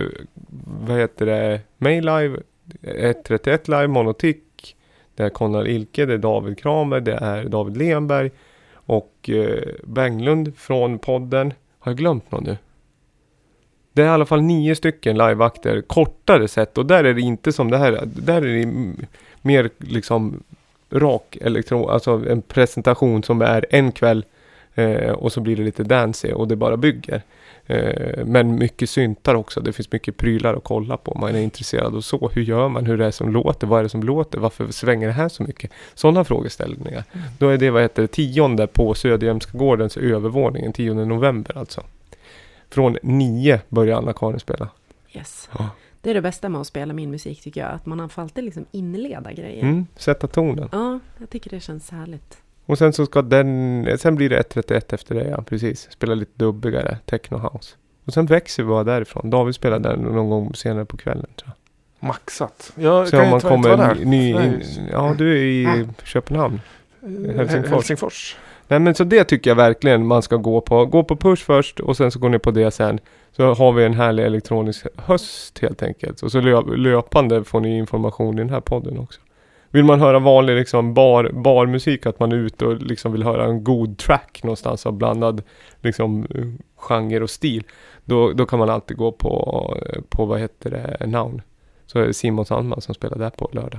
May live, 131 live, Monotic, det är Konrad Ilke, det är David Kramer, det är David Lenberg och Benglund från podden. Har jag glömt någon nu? Det är i alla fall 9 stycken liveakter, kortare sätt, och där är det inte som det här, där är det mer rak alltså en presentation som är en kväll Och så blir det lite dancey och det bara bygger. Men mycket syntar också. Det finns mycket prylar att kolla på. Man är intresserad och så. Hur gör man? Hur är det som låter? Vad är det som låter? Varför svänger det här så mycket? Sådana frågeställningar. Då är det 10:e på Söderhjälmska gårdens övervåningen. 10 november alltså. Från 9 börjar Anna-Karin spela. Yes. Ja. Det är det bästa med att spela min musik tycker jag. Att man får alltid liksom inleda grejer. Sätta tonen. Ja, jag tycker det känns härligt. Och sen så ska sen blir det 1:31 efter det, ja, precis. Spela lite dubbigare, techno house. Och sen växer vi bara därifrån. David spelar där någon gång senare på kvällen, tror jag. Maxat. Jag så kan om man kommer där. ja, du är i Köpenhamn. Helsingfors. Nej, men så det tycker jag verkligen man ska gå på. Gå på Push först och sen så går ni på det sen. Så har vi en härlig elektronisk höst helt enkelt. Och så löpande får ni information i den här podden också. Vill man höra vanlig liksom barmusik, att man är ute och liksom vill höra en god track någonstans av blandad liksom genre och stil, då kan man alltid gå på vad heter det, Noun. Så är det Simon Sandman som spelar där på lördag.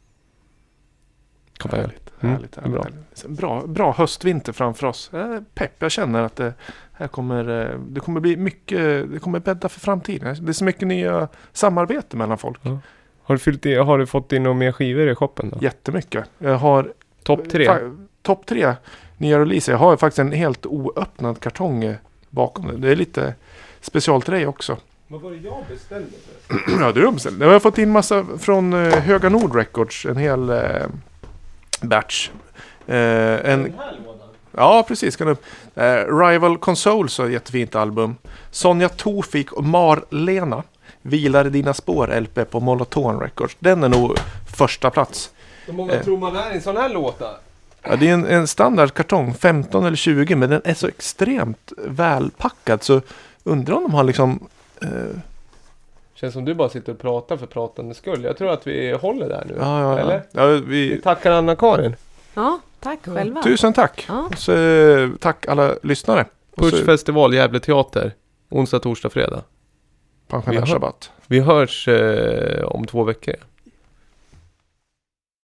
Härligt. Bra höstvinter framför oss. Pepp, jag känner att det kommer bli mycket, det kommer bädda för framtiden. Det är så mycket nya samarbete mellan folk. Ja. Har du fått in några mer skivor i shoppen då? Jättemycket. Jag har topp 3 nya releaser. Jag har faktiskt en helt oöppnad kartong bakom det. Det är lite special till dig också. Vad var det jag beställde för? Ja, du beställde. Jag har fått in massa från Höga Nord Records. En hel batch. Den här lådan? Ja, precis. Rival Consoles har ett jättefint album. Sonja Tofik och Marlena. Vilar i dina spår, LP på Molotov Records. Den är nog första plats. Hur många tror man är i en sån här låta? Ja, det är en standard kartong, 15 eller 20, men den är så extremt välpackad, så undrar om de har liksom... Känns som du bara sitter och pratar för pratande skull. Jag tror att vi håller där nu. Ja. Eller? Ja, vi tackar Anna-Karin. Ja, tack själva. Tusen tack. Ja. Så, tack alla lyssnare. Push festival, Gävle teater. Onsdag, torsdag, fredag. Pensionärsrabatt. Vi hörs om 2 veckor.